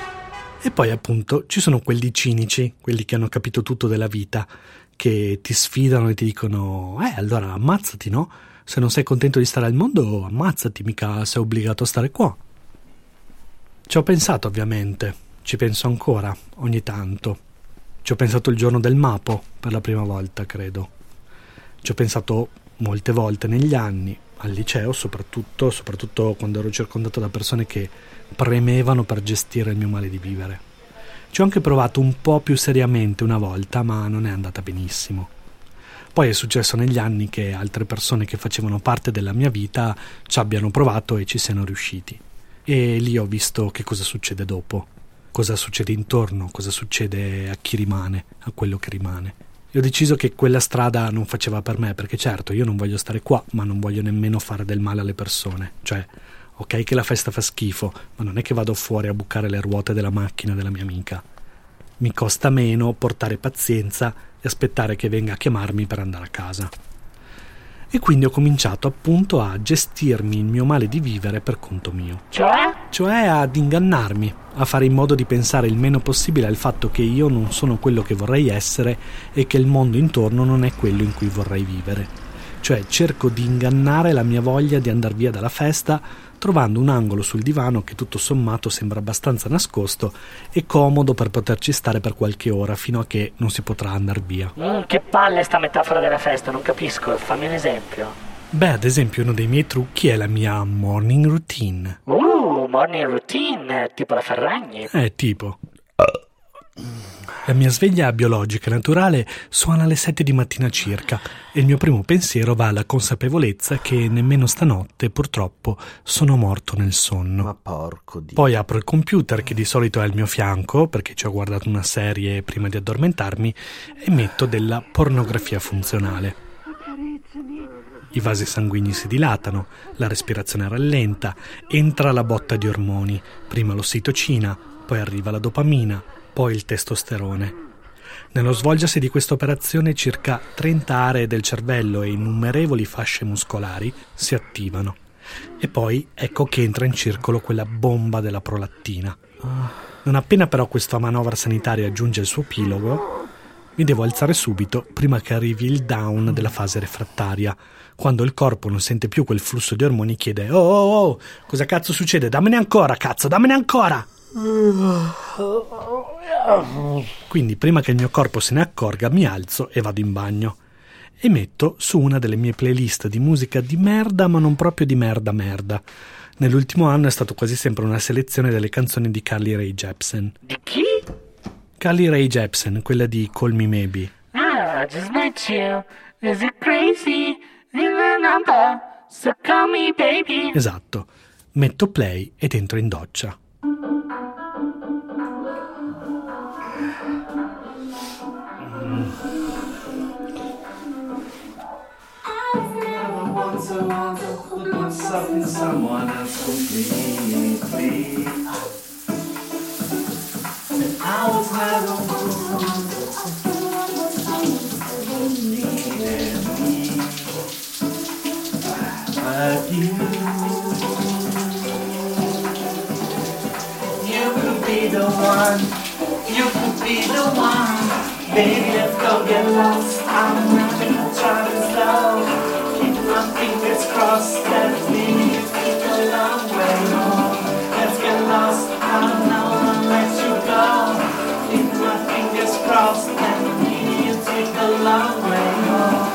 E poi appunto ci sono quelli cinici, quelli che hanno capito tutto della vita, che ti sfidano e ti dicono eh allora ammazzati, no? Se non sei contento di stare al mondo ammazzati, mica sei obbligato a stare qua. Ci ho pensato ovviamente, ci penso ancora, ogni tanto. Ci ho pensato il giorno del Mapo, per la prima volta credo. Ci ho pensato molte volte negli anni, al liceo soprattutto, soprattutto quando ero circondato da persone che premevano per gestire il mio male di vivere. Ci ho anche provato un po' più seriamente una volta, ma non è andata benissimo. Poi è successo negli anni che altre persone che facevano parte della mia vita ci abbiano provato e ci siano riusciti. E lì ho visto che cosa succede dopo, cosa succede intorno, cosa succede a chi rimane, a quello che rimane. E ho deciso che quella strada non faceva per me, perché certo io non voglio stare qua, ma non voglio nemmeno fare del male alle persone. Cioè, ok che la festa fa schifo, ma non è che vado fuori a bucare le ruote della macchina della mia amica. Mi costa meno portare pazienza e aspettare che venga a chiamarmi per andare a casa. E quindi ho cominciato appunto a gestirmi il mio male di vivere per conto mio. Cioè? Cioè ad ingannarmi, a fare in modo di pensare il meno possibile al fatto che io non sono quello che vorrei essere e che il mondo intorno non è quello in cui vorrei vivere. Cioè cerco di ingannare la mia voglia di andar via dalla festa trovando un angolo sul divano che tutto sommato sembra abbastanza nascosto e comodo per poterci stare per qualche ora fino a che non si potrà andar via. Mm, che palle sta metafora della festa, non capisco, fammi un esempio. Beh, ad esempio uno dei miei trucchi è la mia morning routine. Uh, morning routine, tipo la Ferragni. Eh, tipo... La mia sveglia biologica naturale suona alle sette di mattina circa e il mio primo pensiero va alla consapevolezza che nemmeno stanotte purtroppo sono morto nel sonno. Ma porco Dio. Poi apro il computer che di solito è al mio fianco perché ci ho guardato una serie prima di addormentarmi e metto della pornografia funzionale. I vasi sanguigni si dilatano, la respirazione rallenta, entra la botta di ormoni, prima l'ossitocina, poi arriva la dopamina, poi il testosterone. Nello svolgersi di questa operazione circa trenta aree del cervello e innumerevoli fasce muscolari si attivano. E poi ecco che entra in circolo quella bomba della prolattina. Non appena però questa manovra sanitaria aggiunge il suo epilogo, mi devo alzare subito prima che arrivi il down della fase refrattaria, quando il corpo non sente più quel flusso di ormoni e chiede «Oh, oh, oh, cosa cazzo succede? Dammene ancora, cazzo, dammene ancora!» Quindi prima che il mio corpo se ne accorga mi alzo e vado in bagno e metto su una delle mie playlist di musica di merda, ma non proprio di merda merda. Nell'ultimo anno è stato quasi sempre una selezione delle canzoni di Carly Rae Jepsen. Di chi? Carly Rae Jepsen, quella di Call Me Maybe. Ah, I just met you. Is it crazy? In the number, so call me baby. Esatto. Metto play ed entro in doccia. But you, you could be the one, you could be the one. Baby, let's go get lost. I'm not gonna try to slow. Keep my fingers crossed that we take a long way home. Let's get lost, I don't know, I'll let you go. Keep my fingers crossed that we take a long way home.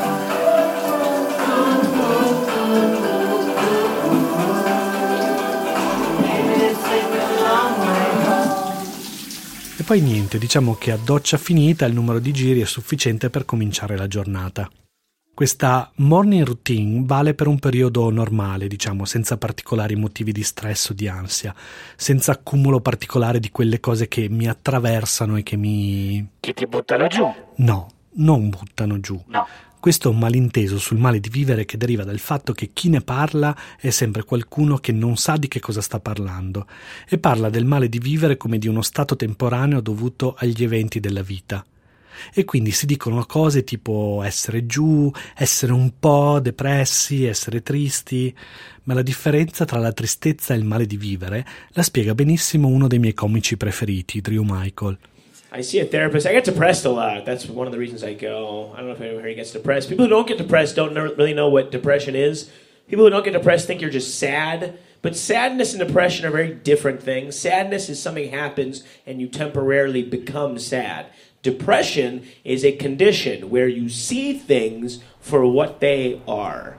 E poi niente, diciamo che a doccia finita il numero di giri è sufficiente per cominciare la giornata. Questa morning routine vale per un periodo normale, diciamo, senza particolari motivi di stress o di ansia, senza accumulo particolare di quelle cose che mi attraversano e che mi... Che ti buttano giù? No, non buttano giù. No. Questo è un malinteso sul male di vivere che deriva dal fatto che chi ne parla è sempre qualcuno che non sa di che cosa sta parlando e parla del male di vivere come di uno stato temporaneo dovuto agli eventi della vita. E quindi si dicono cose tipo essere giù, essere un po' depressi, essere tristi, ma la differenza tra la tristezza e il male di vivere la spiega benissimo uno dei miei comici preferiti, Drew Michael. I see a therapist. I get depressed a lot. That's one of the reasons I go. I don't know if anyone here gets depressed. People who don't get depressed don't really know what depression is. People who don't get depressed think you're just sad. But sadness and depression are very different things. Sadness is something happens and you temporarily become sad. Depression is a condition where you see things for what they are.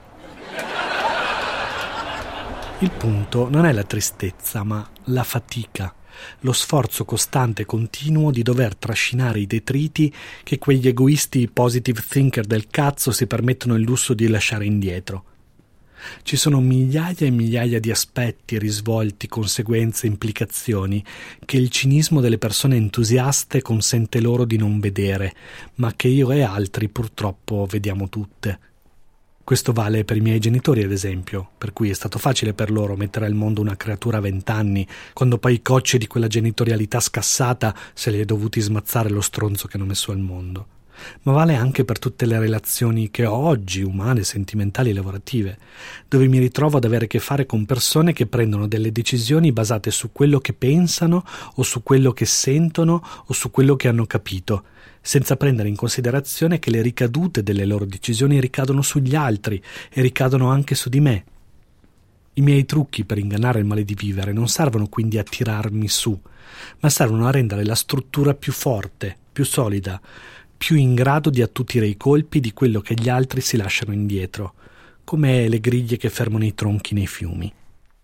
Il punto non è la tristezza, ma la fatica. Lo sforzo costante e continuo di dover trascinare i detriti che quegli egoisti positive thinker del cazzo si permettono il lusso di lasciare indietro. Ci sono migliaia e migliaia di aspetti, risvolti, conseguenze, implicazioni che il cinismo delle persone entusiaste consente loro di non vedere, ma che io e altri purtroppo vediamo tutte. Questo vale per i miei genitori, ad esempio, per cui è stato facile per loro mettere al mondo una creatura a vent'anni, quando poi i cocci di quella genitorialità scassata se li è dovuti smazzare lo stronzo che hanno messo al mondo. Ma vale anche per tutte le relazioni che ho oggi, umane, sentimentali e lavorative, dove mi ritrovo ad avere a che fare con persone che prendono delle decisioni basate su quello che pensano o su quello che sentono o su quello che hanno capito, senza prendere in considerazione che le ricadute delle loro decisioni ricadono sugli altri e ricadono anche su di me. I miei trucchi per ingannare il male di vivere non servono quindi a tirarmi su, ma servono a rendere la struttura più forte, più solida, più in grado di attutire i colpi di quello che gli altri si lasciano indietro, come le griglie che fermano i tronchi nei fiumi.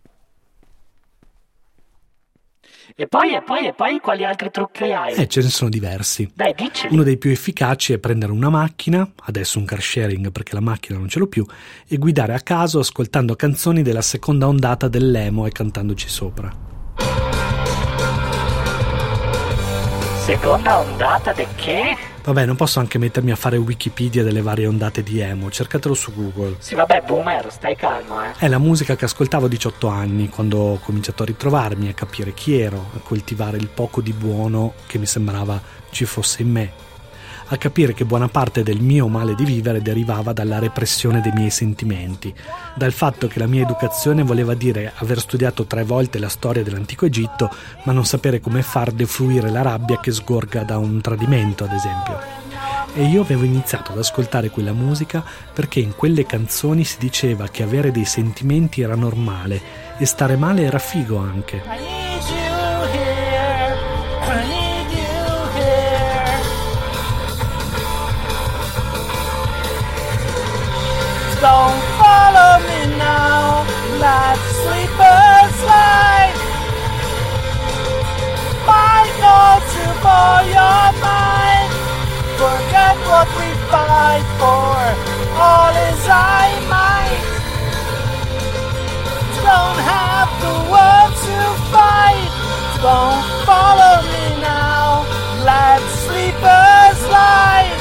E poi, e poi, e poi, quali altri trucchi hai? Eh, ce ne sono diversi. Dai, diceli. Uno dei più efficaci è prendere una macchina, adesso un car sharing perché la macchina non ce l'ho più, e guidare a caso ascoltando canzoni della seconda ondata dell'emo e cantandoci sopra. Seconda ondata di che? Vabbè, non posso anche mettermi a fare Wikipedia delle varie ondate di emo, cercatelo su Google. Sì, vabbè, boomer, stai calmo, eh. È la musica che ascoltavo a diciotto anni, quando ho cominciato a ritrovarmi, a capire chi ero, a coltivare il poco di buono che mi sembrava ci fosse in me, a capire che buona parte del mio male di vivere derivava dalla repressione dei miei sentimenti, dal fatto che la mia educazione voleva dire aver studiato tre volte la storia dell'antico Egitto, ma non sapere come far defluire la rabbia che sgorga da un tradimento, ad esempio. E io avevo iniziato ad ascoltare quella musica perché in quelle canzoni si diceva che avere dei sentimenti era normale e stare male era figo anche. Don't follow me now, like sleepers lie. My thoughts for your mind. Forget what we fight for, all is I might. Don't have the words to fight. Don't follow me now, like sleepers lie.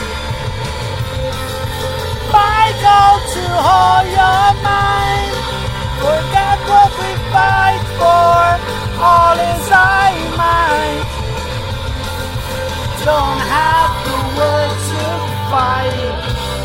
My goal to hold your mind. Forget what we fight for, all is I might. don't have the words to fight.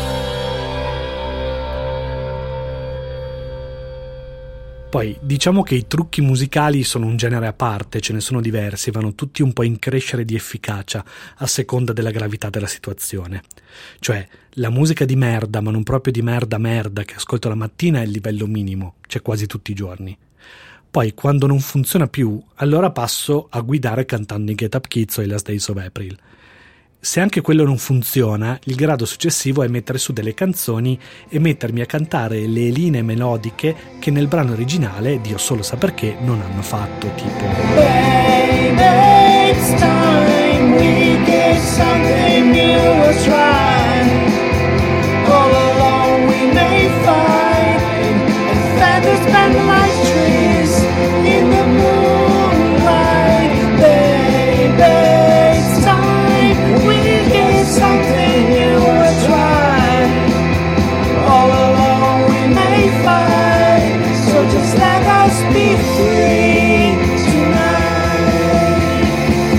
Poi diciamo che i trucchi musicali sono un genere a parte, ce ne sono diversi, vanno tutti un po' in crescere di efficacia a seconda della gravità della situazione. Cioè, la musica di merda, ma non proprio di merda merda, che ascolto la mattina è il livello minimo, c'è quasi tutti i giorni. Poi, quando non funziona più, allora passo a guidare cantando i Get Up Kids o i Last Days of April. Se anche quello non funziona, il grado successivo è mettere su delle canzoni e mettermi a cantare le linee melodiche che nel brano originale, Dio solo sa perché, non hanno fatto, tipo Baby, it's time we get something new to try. All alone we may find and feathers bend like trees in the moonlight. Baby, it's time we get something new to try. All alone we may find, so just let us be free tonight.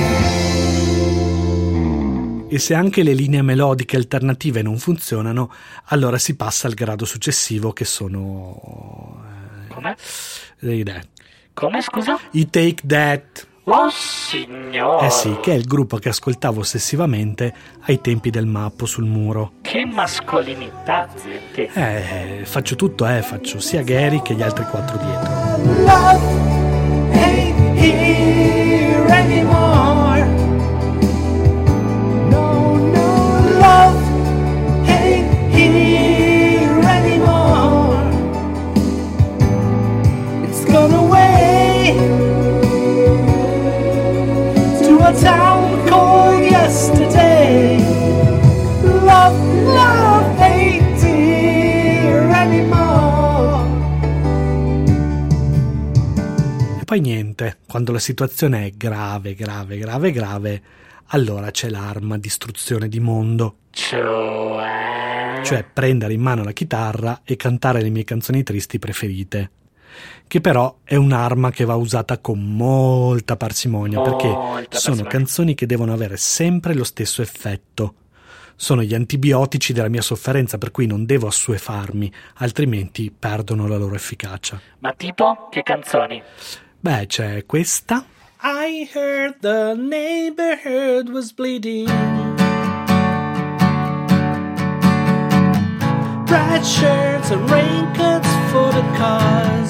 e se anche le linee melodiche alternative non funzionano, allora si passa al grado successivo che sono... Come? Take That. Come, scusa? I Take That. Oh signore! Eh sì, che è il gruppo che ascoltavo ossessivamente ai tempi del mappo sul muro. Che mascolinità, zio. Eh, faccio tutto, eh, faccio sia Gary che gli altri quattro dietro. Love ain't here anymore. No, no, love ain't here anymore. It's gone away to a town called yesterday. Love, love ain't here anymore. E poi niente, quando la situazione è grave, grave, grave, grave, allora c'è l'arma distruzione di mondo. Cioè? Cioè prendere in mano la chitarra e cantare le mie canzoni tristi preferite. Che però è un'arma che va usata con molta parsimonia, perché Molta sono parsimonia. canzoni che devono avere sempre lo stesso effetto. Sono gli antibiotici della mia sofferenza, per cui non devo assuefarmi, altrimenti perdono la loro efficacia. Ma tipo, che canzoni? Beh, c'è questa. I heard the neighborhood was bleeding. Bright shirts and raincoats for the cause.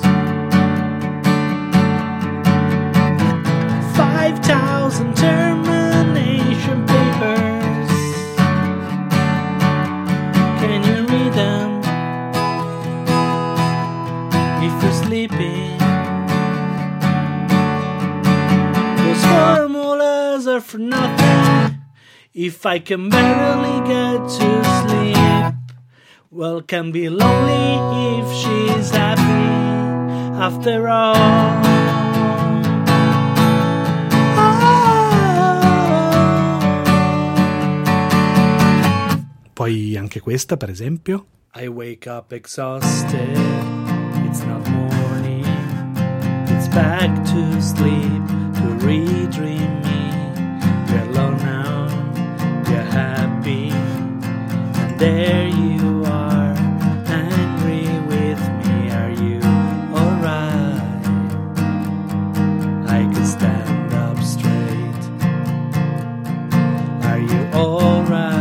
Five thousand termination papers. Can you read them if you're sleeping? Those formulas are for nothing if I can barely get to sleep. Well, can be lonely if she's happy after all. Poi anche questa, per esempio. I wake up exhausted, it's not morning, it's back to sleep, to redream me. We're alone now, we're happy, and there you are, angry with me. Are you alright? I can stand up straight. Are you alright?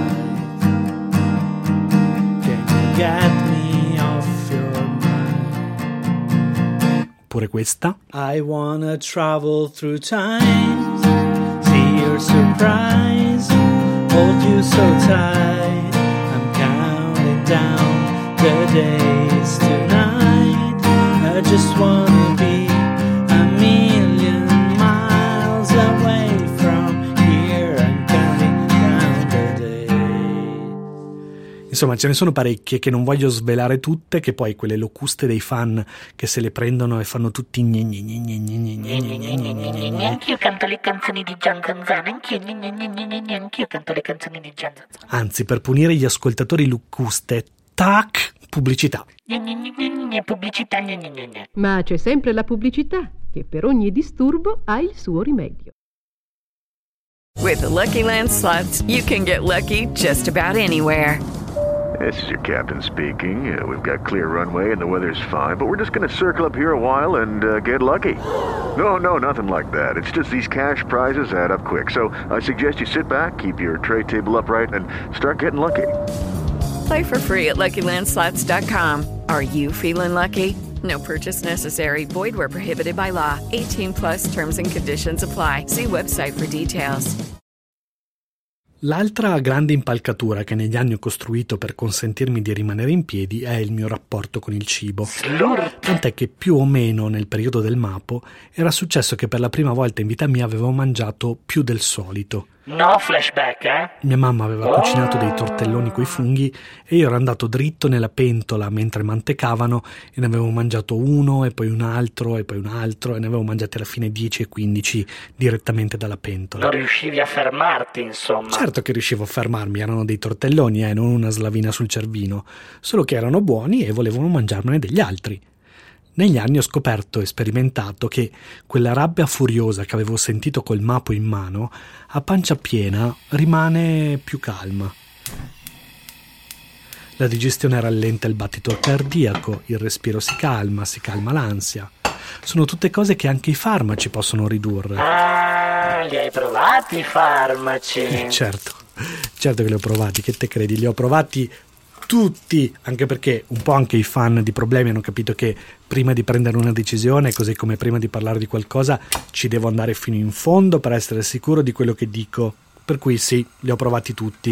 Get me off your mind. Pure questa. I wanna travel through time, see your surprise, hold you so tight. I'm counting down the days tonight. I just wanna be a million miles away from here. I'm counting down the days. Insomma, ce ne sono parecchie che non voglio svelare tutte, che poi quelle locuste dei fan che se le prendono e fanno tutti gne gne gne gne gne gne gne gne gne gne gne gne. Anch'io canto le canzoni di Gian Zanzano, anch'io, gne, gne, gne, gne, gne, anch'io canto le canzoni di Gian Zanzano. Anzi, per punire gli ascoltatori locuste, tac, pubblicità. Gne, gne, gne, gne, gne, pubblicità, gne, gne, gne, gne. Ma c'è sempre la pubblicità, che per ogni disturbo ha il suo rimedio. With the Lucky Land Slots, you can get lucky just about anywhere. This is your captain speaking. Uh, we've got clear runway and the weather's fine, but we're just going to circle up here a while and uh, get lucky. No, no, nothing like that. It's just these cash prizes add up quick. So I suggest you sit back, keep your tray table upright, and start getting lucky. Play for free at Lucky Land Slots dot com. Are you feeling lucky? No purchase necessary. Void where prohibited by law. eighteen plus terms and conditions apply. See website for details. L'altra grande impalcatura che negli anni ho costruito per consentirmi di rimanere in piedi è il mio rapporto con il cibo. Tant'è che più o meno nel periodo del MAPO era successo che per la prima volta in vita mia avevo mangiato più del solito. No flashback, eh? Mia mamma aveva Oh. cucinato dei tortelloni coi funghi e io ero andato dritto nella pentola mentre mantecavano e ne avevo mangiato uno e poi un altro e poi un altro e ne avevo mangiati alla fine dieci e quindici direttamente dalla pentola. Non riuscivi a fermarti, insomma. Certo che riuscivo a fermarmi, erano dei tortelloni, eh, non una slavina sul cervino, solo che erano buoni e volevano mangiarmene degli altri. Negli anni ho scoperto e sperimentato che quella rabbia furiosa che avevo sentito col MAPO in mano, a pancia piena rimane più calma. La digestione rallenta il battito cardiaco, il respiro si calma, si calma l'ansia. Sono tutte cose che anche i farmaci possono ridurre. Ah, li hai provati i farmaci? Eh, certo, certo che li ho provati, che te credi? Li ho provati tutti, anche perché un po' anche i fan di Problemi hanno capito che prima di prendere una decisione, così come prima di parlare di qualcosa, ci devo andare fino in fondo per essere sicuro di quello che dico. Per cui sì, li ho provati tutti.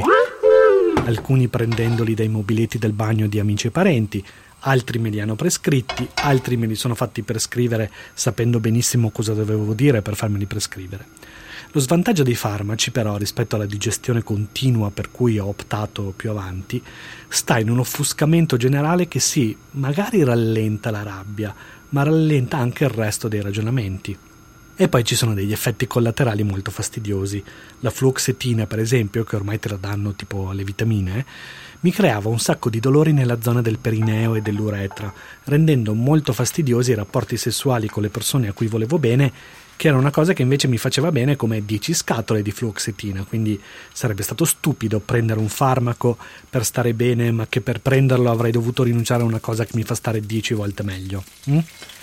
Alcuni prendendoli dai mobiletti del bagno di amici e parenti, altri me li hanno prescritti, altri me li sono fatti prescrivere sapendo benissimo cosa dovevo dire per farmeli prescrivere. Lo svantaggio dei farmaci, però, rispetto alla digestione continua per cui ho optato più avanti, sta in un offuscamento generale che sì, magari rallenta la rabbia, ma rallenta anche il resto dei ragionamenti. E poi ci sono degli effetti collaterali molto fastidiosi. La fluoxetina, per esempio, che ormai te la danno tipo le vitamine, mi creava un sacco di dolori nella zona del perineo e dell'uretra, rendendo molto fastidiosi i rapporti sessuali con le persone a cui volevo bene, che era una cosa che invece mi faceva bene come dieci scatole di fluoxetina, quindi sarebbe stato stupido prendere un farmaco per stare bene, ma che per prenderlo avrei dovuto rinunciare a una cosa che mi fa stare dieci volte meglio. Mm?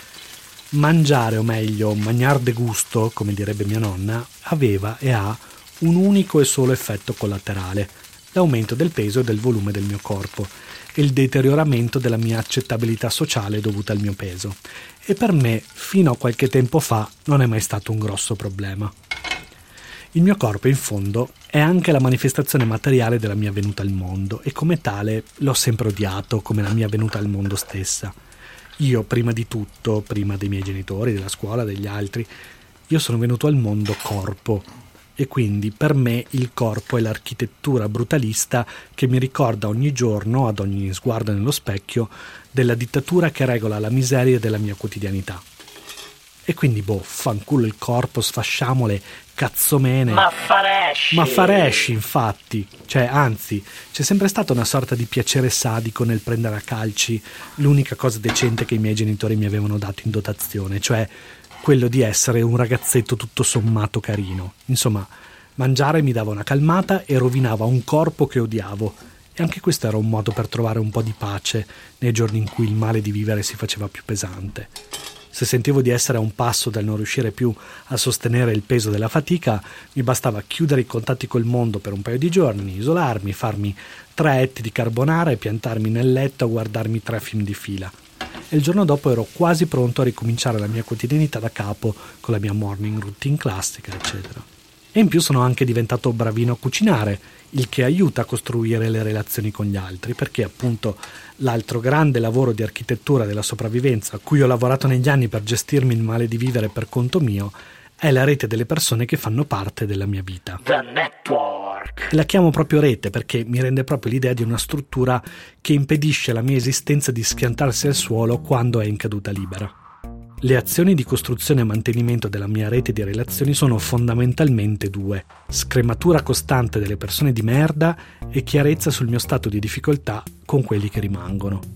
Mangiare, o meglio, magnar de gusto, come direbbe mia nonna, aveva e ha un unico e solo effetto collaterale: l'aumento del peso e del volume del mio corpo e il deterioramento della mia accettabilità sociale dovuta al mio peso. E per me, fino a qualche tempo fa, non è mai stato un grosso problema. Il mio corpo, in fondo, è anche la manifestazione materiale della mia venuta al mondo e come tale l'ho sempre odiato come la mia venuta al mondo stessa. Io, prima di tutto, prima dei miei genitori, della scuola, degli altri, io sono venuto al mondo corpo. E quindi per me il corpo è l'architettura brutalista che mi ricorda ogni giorno, ad ogni sguardo nello specchio, della dittatura che regola la miseria della mia quotidianità. E quindi, boh, fanculo il corpo, sfasciamole, cazzomene. Ma faresci! Ma faresci, infatti. Cioè, anzi, c'è sempre stata una sorta di piacere sadico nel prendere a calci l'unica cosa decente che i miei genitori mi avevano dato in dotazione, cioè quello di essere un ragazzetto tutto sommato carino. Insomma, mangiare mi dava una calmata e rovinava un corpo che odiavo. E anche questo era un modo per trovare un po' di pace nei giorni in cui il male di vivere si faceva più pesante. Se sentivo di essere a un passo dal non riuscire più a sostenere il peso della fatica, mi bastava chiudere i contatti col mondo per un paio di giorni, isolarmi, farmi tre etti di carbonara e piantarmi nel letto a guardarmi tre film di fila. E il giorno dopo ero quasi pronto a ricominciare la mia quotidianità da capo con la mia morning routine classica, eccetera. E in più sono anche diventato bravino a cucinare, il che aiuta a costruire le relazioni con gli altri, perché appunto l'altro grande lavoro di architettura della sopravvivenza a cui ho lavorato negli anni per gestirmi il male di vivere per conto mio è la rete delle persone che fanno parte della mia vita. The Network. E la chiamo proprio rete perché mi rende proprio l'idea di una struttura che impedisce alla mia esistenza di schiantarsi al suolo quando è in caduta libera. Le azioni di costruzione e mantenimento della mia rete di relazioni sono fondamentalmente due: scrematura costante delle persone di merda e chiarezza sul mio stato di difficoltà con quelli che rimangono.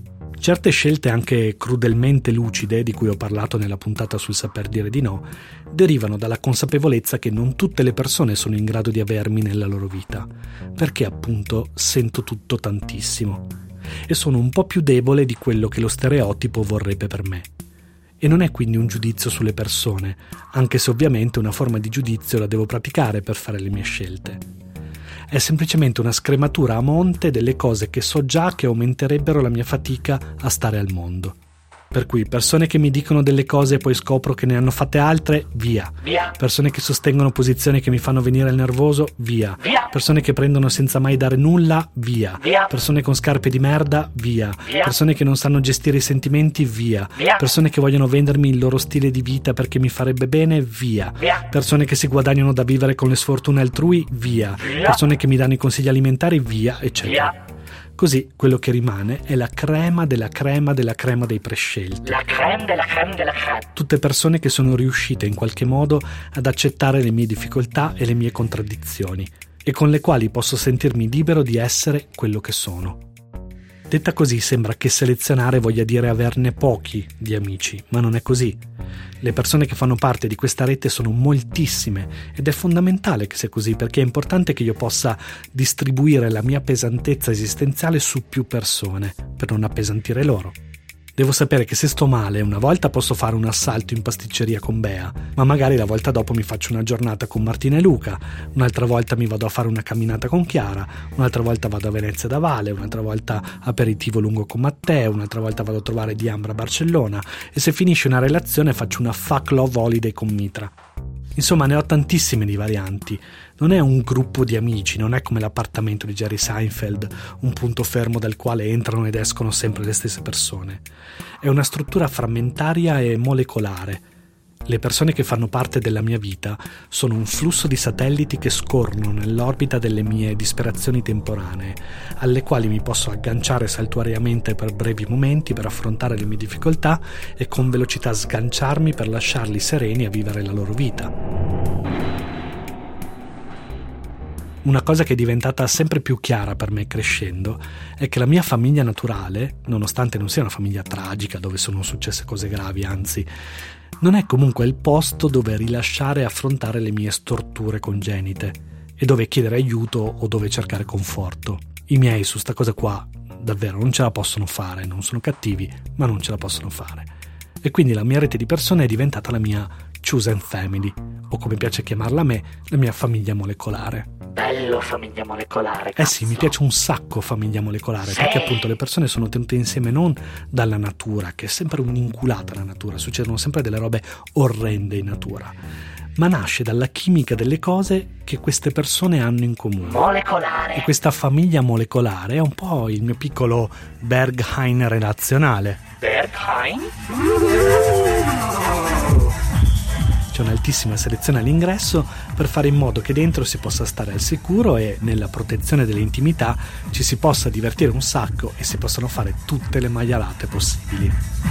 Certe scelte anche crudelmente lucide, di cui ho parlato nella puntata sul saper dire di no, derivano dalla consapevolezza che non tutte le persone sono in grado di avermi nella loro vita, perché appunto sento tutto tantissimo e sono un po' più debole di quello che lo stereotipo vorrebbe per me. E non è quindi un giudizio sulle persone, anche se ovviamente una forma di giudizio la devo praticare per fare le mie scelte. È semplicemente una scrematura a monte delle cose che so già che aumenterebbero la mia fatica a stare al mondo. Per cui persone che mi dicono delle cose e poi scopro che ne hanno fatte altre, via. Via. Persone che sostengono posizioni che mi fanno venire il nervoso, via. Via. Persone che prendono senza mai dare nulla, via. Via. Persone con scarpe di merda, via. Via. Persone che non sanno gestire i sentimenti, via. Via. Persone che vogliono vendermi il loro stile di vita perché mi farebbe bene, via. Via. Persone che si guadagnano da vivere con le sfortune altrui, via. Via. Persone che mi danno i consigli alimentari, via, eccetera. Via. Così quello che rimane è la crema della crema della crema dei prescelti. La creme della creme della creme. Tutte persone che sono riuscite in qualche modo ad accettare le mie difficoltà e le mie contraddizioni e con le quali posso sentirmi libero di essere quello che sono. Detta così sembra che selezionare voglia dire averne pochi di amici, ma non è così. Le persone che fanno parte di questa rete sono moltissime ed è fondamentale che sia così, perché è importante che io possa distribuire la mia pesantezza esistenziale su più persone per non appesantire loro. Devo sapere che se sto male una volta posso fare un assalto in pasticceria con Bea, ma magari la volta dopo mi faccio una giornata con Martina e Luca, un'altra volta mi vado a fare una camminata con Chiara, un'altra volta vado a Venezia da Vale, un'altra volta aperitivo lungo con Matteo, un'altra volta vado a trovare Diambra a Barcellona e se finisce una relazione faccio una fuck love holiday con Mitra. Insomma, ne ho tantissime di varianti. Non è un gruppo di amici, non è come l'appartamento di Jerry Seinfeld, un punto fermo dal quale entrano ed escono sempre le stesse persone. È una struttura frammentaria e molecolare. Le persone che fanno parte della mia vita sono un flusso di satelliti che scorrono nell'orbita delle mie disperazioni temporanee, alle quali mi posso agganciare saltuariamente per brevi momenti per affrontare le mie difficoltà e con velocità sganciarmi per lasciarli sereni a vivere la loro vita. Una cosa che è diventata sempre più chiara per me crescendo è che la mia famiglia naturale, nonostante non sia una famiglia tragica dove sono successe cose gravi, anzi, non è comunque il posto dove rilasciare e affrontare le mie storture congenite e dove chiedere aiuto o dove cercare conforto. I miei su sta cosa qua davvero non ce la possono fare, non sono cattivi, ma non ce la possono fare. E quindi la mia rete di persone è diventata la mia chosen family, o come piace chiamarla a me, la mia famiglia molecolare. Bello famiglia molecolare. Eh sì, mi piace un sacco famiglia molecolare, sì. Perché appunto le persone sono tenute insieme non dalla natura, che è sempre un'inculata la natura, succedono sempre delle robe orrende in natura, ma nasce dalla chimica delle cose che queste persone hanno in comune. Molecolare. E questa famiglia molecolare è un po' il mio piccolo Berghain relazionale. Berghain? C'è un'altissima selezione all'ingresso per fare in modo che dentro si possa stare al sicuro e nella protezione delle intimità ci si possa divertire un sacco e si possano fare tutte le maialate possibili.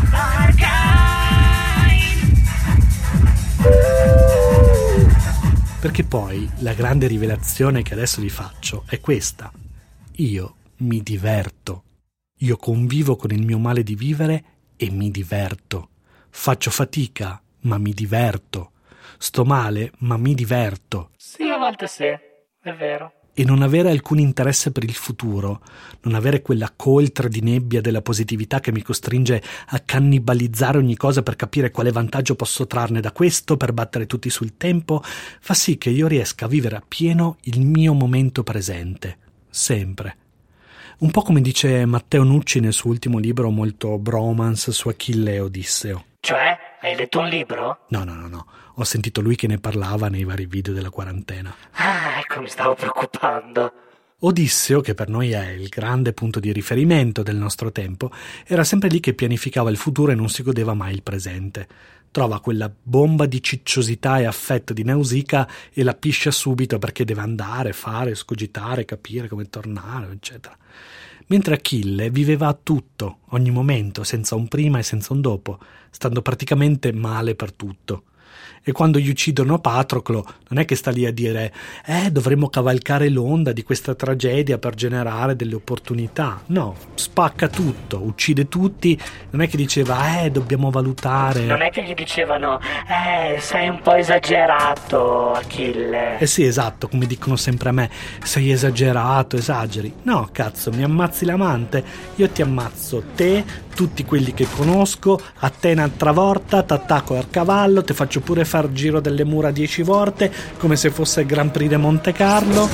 Perché poi la grande rivelazione che adesso vi faccio è questa. Io mi diverto. Io convivo con il mio male di vivere e mi diverto. Faccio fatica, ma mi diverto. Sto male, ma mi diverto. Sì, a volte sì, è vero. E non avere alcun interesse per il futuro, non avere quella coltre di nebbia della positività che mi costringe a cannibalizzare ogni cosa per capire quale vantaggio posso trarne da questo, per battere tutti sul tempo, fa sì che io riesca a vivere appieno il mio momento presente, sempre. Un po' come dice Matteo Nucci nel suo ultimo libro molto bromance su Achille e Odisseo. Cioè? Hai letto un libro? No, no, no, no. Ho sentito lui che ne parlava nei vari video della quarantena. Ah, ecco, mi stavo preoccupando. Odisseo, che per noi è il grande punto di riferimento del nostro tempo, era sempre lì che pianificava il futuro e non si godeva mai il presente. Trova quella bomba di cicciosità e affetto di Nausicaa e la piscia subito perché deve andare, fare, escogitare, capire come tornare, eccetera. Mentre Achille viveva a tutto, ogni momento, senza un prima e senza un dopo, stando praticamente male per tutto. E quando gli uccidono Patroclo non è che sta lì a dire eh dovremmo cavalcare l'onda di questa tragedia per generare delle opportunità. No, spacca tutto, uccide tutti. Non è che diceva eh dobbiamo valutare. Non è che gli dicevano eh sei un po' esagerato, Achille. Eh sì, esatto, come dicono sempre a me, sei esagerato, esageri. No, cazzo, mi ammazzi l'amante, io ti ammazzo te, tutti quelli che conosco, a te un'altra volta, t'attacco al cavallo, ti faccio pure far giro delle mura dieci volte, come se fosse il Grand Prix di Monte Carlo.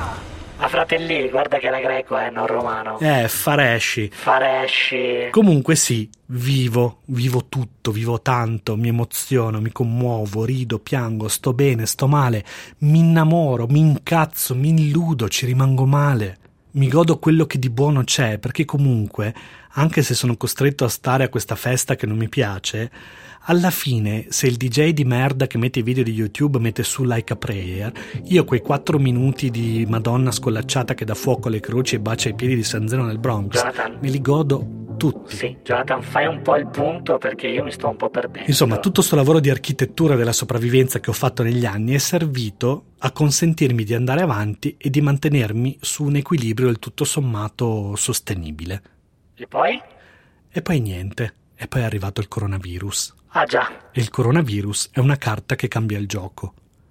Ma fratelli, guarda che era greco, eh, non romano. Eh, faresci. Faresci. Comunque sì, vivo, vivo tutto, vivo tanto, mi emoziono, mi commuovo, rido, piango, sto bene, sto male, mi innamoro, mi incazzo, mi illudo, ci rimango male. Mi godo quello che di buono c'è, perché comunque, anche se sono costretto a stare a questa festa che non mi piace, alla fine, se il D J di merda che mette i video di YouTube mette su Like a Prayer, io quei quattro minuti di Madonna scollacciata che dà fuoco alle croci e bacia i piedi di San Zeno nel Bronx, Jonathan, me li godo tutti. Sì, Jonathan, fai un po' il punto perché io mi sto un po' perdendo. Insomma, tutto sto lavoro di architettura della sopravvivenza che ho fatto negli anni è servito a consentirmi di andare avanti e di mantenermi su un equilibrio del tutto sommato sostenibile. E poi? E poi niente. E poi è arrivato il coronavirus. Ah già. E il coronavirus è una carta che cambia il gioco.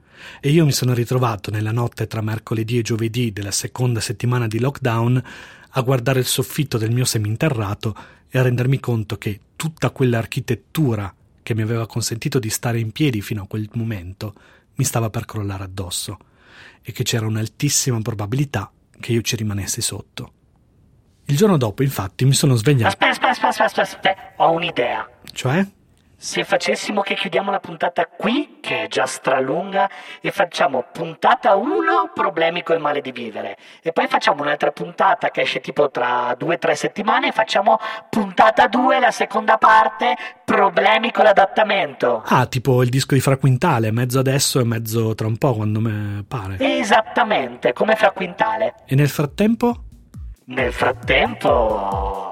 E io mi sono ritrovato nella notte tra mercoledì e giovedì della seconda settimana di lockdown a guardare il soffitto del mio seminterrato e a rendermi conto che tutta quell'architettura che mi aveva consentito di stare in piedi fino a quel momento mi stava per crollare addosso e che c'era un'altissima probabilità che io ci rimanessi sotto. Il giorno dopo, infatti, mi sono svegliato. Aspetta, aspetta, aspetta, aspetta, aspetta. Ho un'idea. Cioè? Se facessimo che chiudiamo la puntata qui, che è già stralunga, e facciamo puntata uno, problemi col male di vivere, e poi facciamo un'altra puntata che esce tipo tra due o tre settimane e facciamo puntata due, la seconda parte, problemi con l'adattamento. Ah, tipo il disco di Fra Quintale, mezzo adesso e mezzo tra un po', quando me pare. Esattamente, come Fra Quintale. E nel frattempo? Nel frattempo...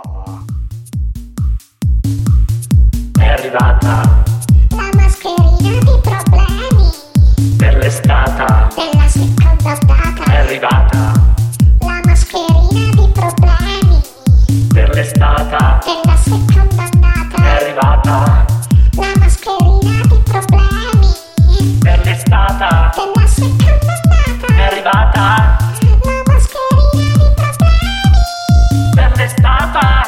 è arrivata la mascherina di problemi per l'estate della seconda data. È arrivata la mascherina di problemi per l'estate della seconda data. È arrivata la mascherina di problemi per l'estate della seconda data. È arrivata la mascherina di problemi per l'estate.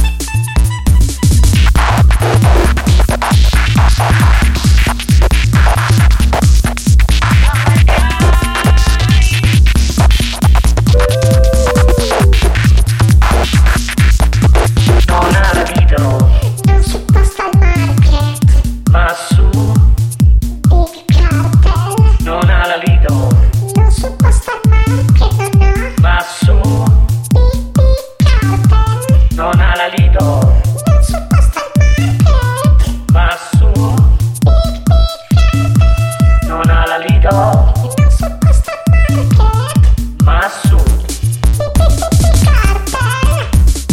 Non supposta al market, ma su Big Cartel. Non ha la Lido. Non supposta al market, no, no. Ma su Big Big Cartel. Non ha la Lido. Non supposta al market, Ma su Big Big Cartel. non ha la Lido. Non supposta al market, Ma su Big Big Cartel.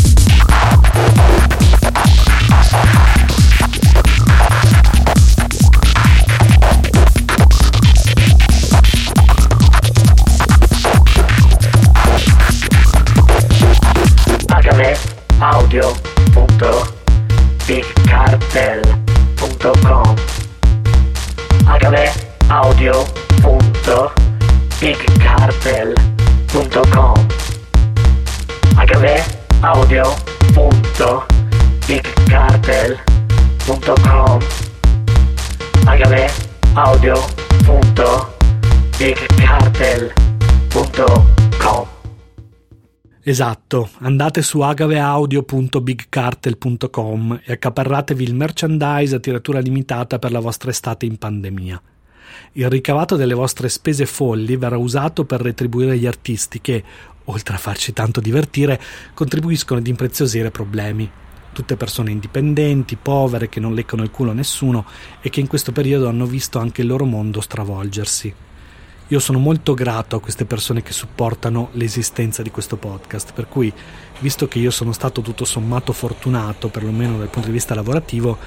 agave audio punto big cartel punto com agave audio punto big cartel punto com agave audio punto big cartel punto com agave audio punto big cartel punto com. Esatto, andate su agaveaudio punto big cartel punto com e accaparratevi il merchandise a tiratura limitata per la vostra estate in pandemia. Il ricavato delle vostre spese folli verrà usato per retribuire gli artisti che, oltre a farci tanto divertire, contribuiscono ad impreziosire problemi. Tutte persone indipendenti, povere, che non leccano il culo a nessuno e che in questo periodo hanno visto anche il loro mondo stravolgersi. Io sono molto grato a queste persone che supportano l'esistenza di questo podcast, per cui, visto che io sono stato tutto sommato fortunato, perlomeno dal punto di vista lavorativo,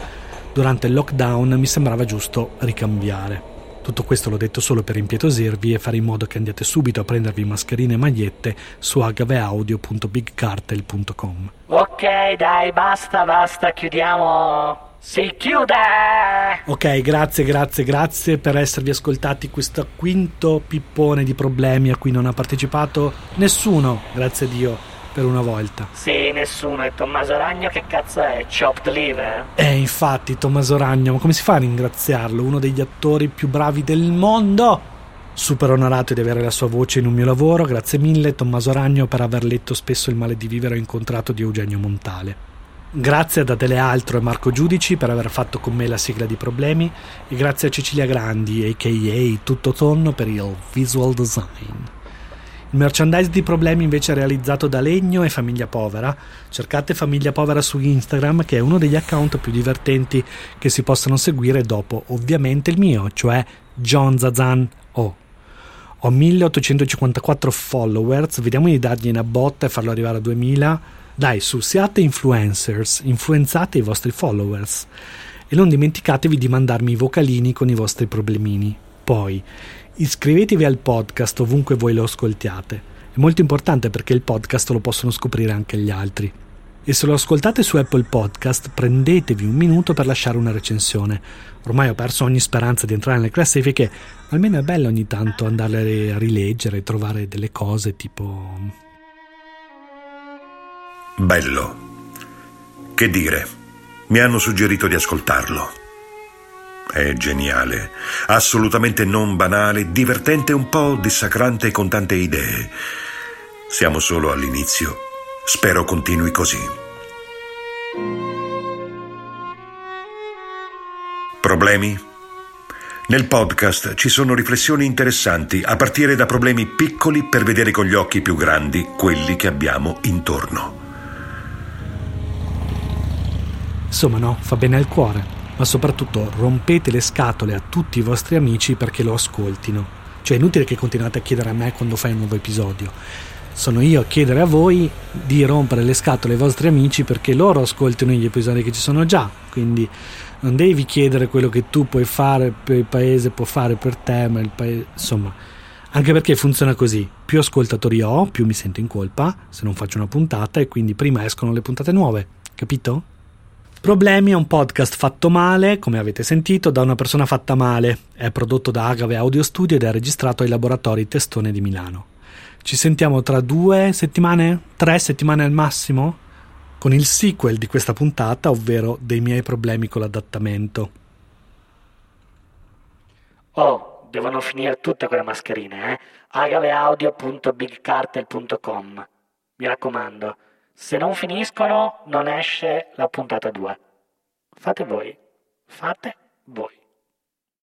durante il lockdown mi sembrava giusto ricambiare. Tutto questo l'ho detto solo per impietosirvi e fare in modo che andiate subito a prendervi mascherine e magliette su agaveaudio punto big cartel punto com. Ok, dai, basta, basta, chiudiamo. Si chiude! Ok, grazie, grazie, grazie per esservi ascoltati questo quinto pippone di problemi a cui non ha partecipato nessuno, grazie a Dio, per una volta. Sì, nessuno. E Tommaso Ragno che cazzo è? Chopped liver? Eh, infatti, Tommaso Ragno, ma come si fa a ringraziarlo? Uno degli attori più bravi del mondo! Super onorato di avere la sua voce in un mio lavoro, grazie mille Tommaso Ragno per aver letto spesso Il male di vivere o incontrato di Eugenio Montale. Grazie ad Adele Altro e Marco Giudici per aver fatto con me la sigla di Problemi e grazie a Cecilia Grandi, a k a. Tutto Tonno, per il visual design. Il merchandise di Problemi invece è realizzato da Legno e Famiglia Povera. Cercate Famiglia Povera su Instagram, che è uno degli account più divertenti che si possono seguire dopo ovviamente il mio, cioè John Zazan O. Ho milleottocentocinquantaquattro followers, vediamo di dargli una botta e farlo arrivare a duemila. Dai, su, siate influencers, influenzate i vostri followers e non dimenticatevi di mandarmi i vocalini con i vostri problemini. Poi iscrivetevi al podcast ovunque voi lo ascoltiate, è molto importante perché il podcast lo possono scoprire anche gli altri. E se lo ascoltate su Apple Podcast, prendetevi un minuto per lasciare una recensione. Ormai ho perso ogni speranza di entrare nelle classifiche, ma almeno è bello ogni tanto andarle a rileggere e trovare delle cose tipo... Bello. Che dire? Mi hanno suggerito di ascoltarlo. È geniale, assolutamente non banale, divertente, un po' dissacrante e con tante idee. Siamo solo all'inizio. Spero continui così. Problemi? Nel podcast ci sono riflessioni interessanti, a partire da problemi piccoli per vedere con gli occhi più grandi quelli che abbiamo intorno. Insomma, no, fa bene al cuore, ma soprattutto rompete le scatole a tutti i vostri amici perché lo ascoltino. Cioè è inutile che continuate a chiedere a me quando fai un nuovo episodio. Sono io a chiedere a voi di rompere le scatole ai vostri amici perché loro ascoltino gli episodi che ci sono già. Quindi non devi chiedere quello che tu puoi fare per il paese, può fare per te, ma il paese... Insomma, anche perché funziona così. Più ascoltatori ho, più mi sento in colpa se non faccio una puntata e quindi prima escono le puntate nuove. Capito? Problemi è un podcast fatto male, come avete sentito, da una persona fatta male. È prodotto da Agave Audio Studio ed è registrato ai laboratori Testone di Milano. Ci sentiamo tra due settimane? Tre settimane al massimo? Con il sequel di questa puntata, ovvero dei miei problemi con l'adattamento. Oh, devono finire tutte quelle mascherine, eh? agaveaudio punto big cartel punto com. Mi raccomando. Se non finiscono, non esce la puntata due. Fate voi. Fate voi.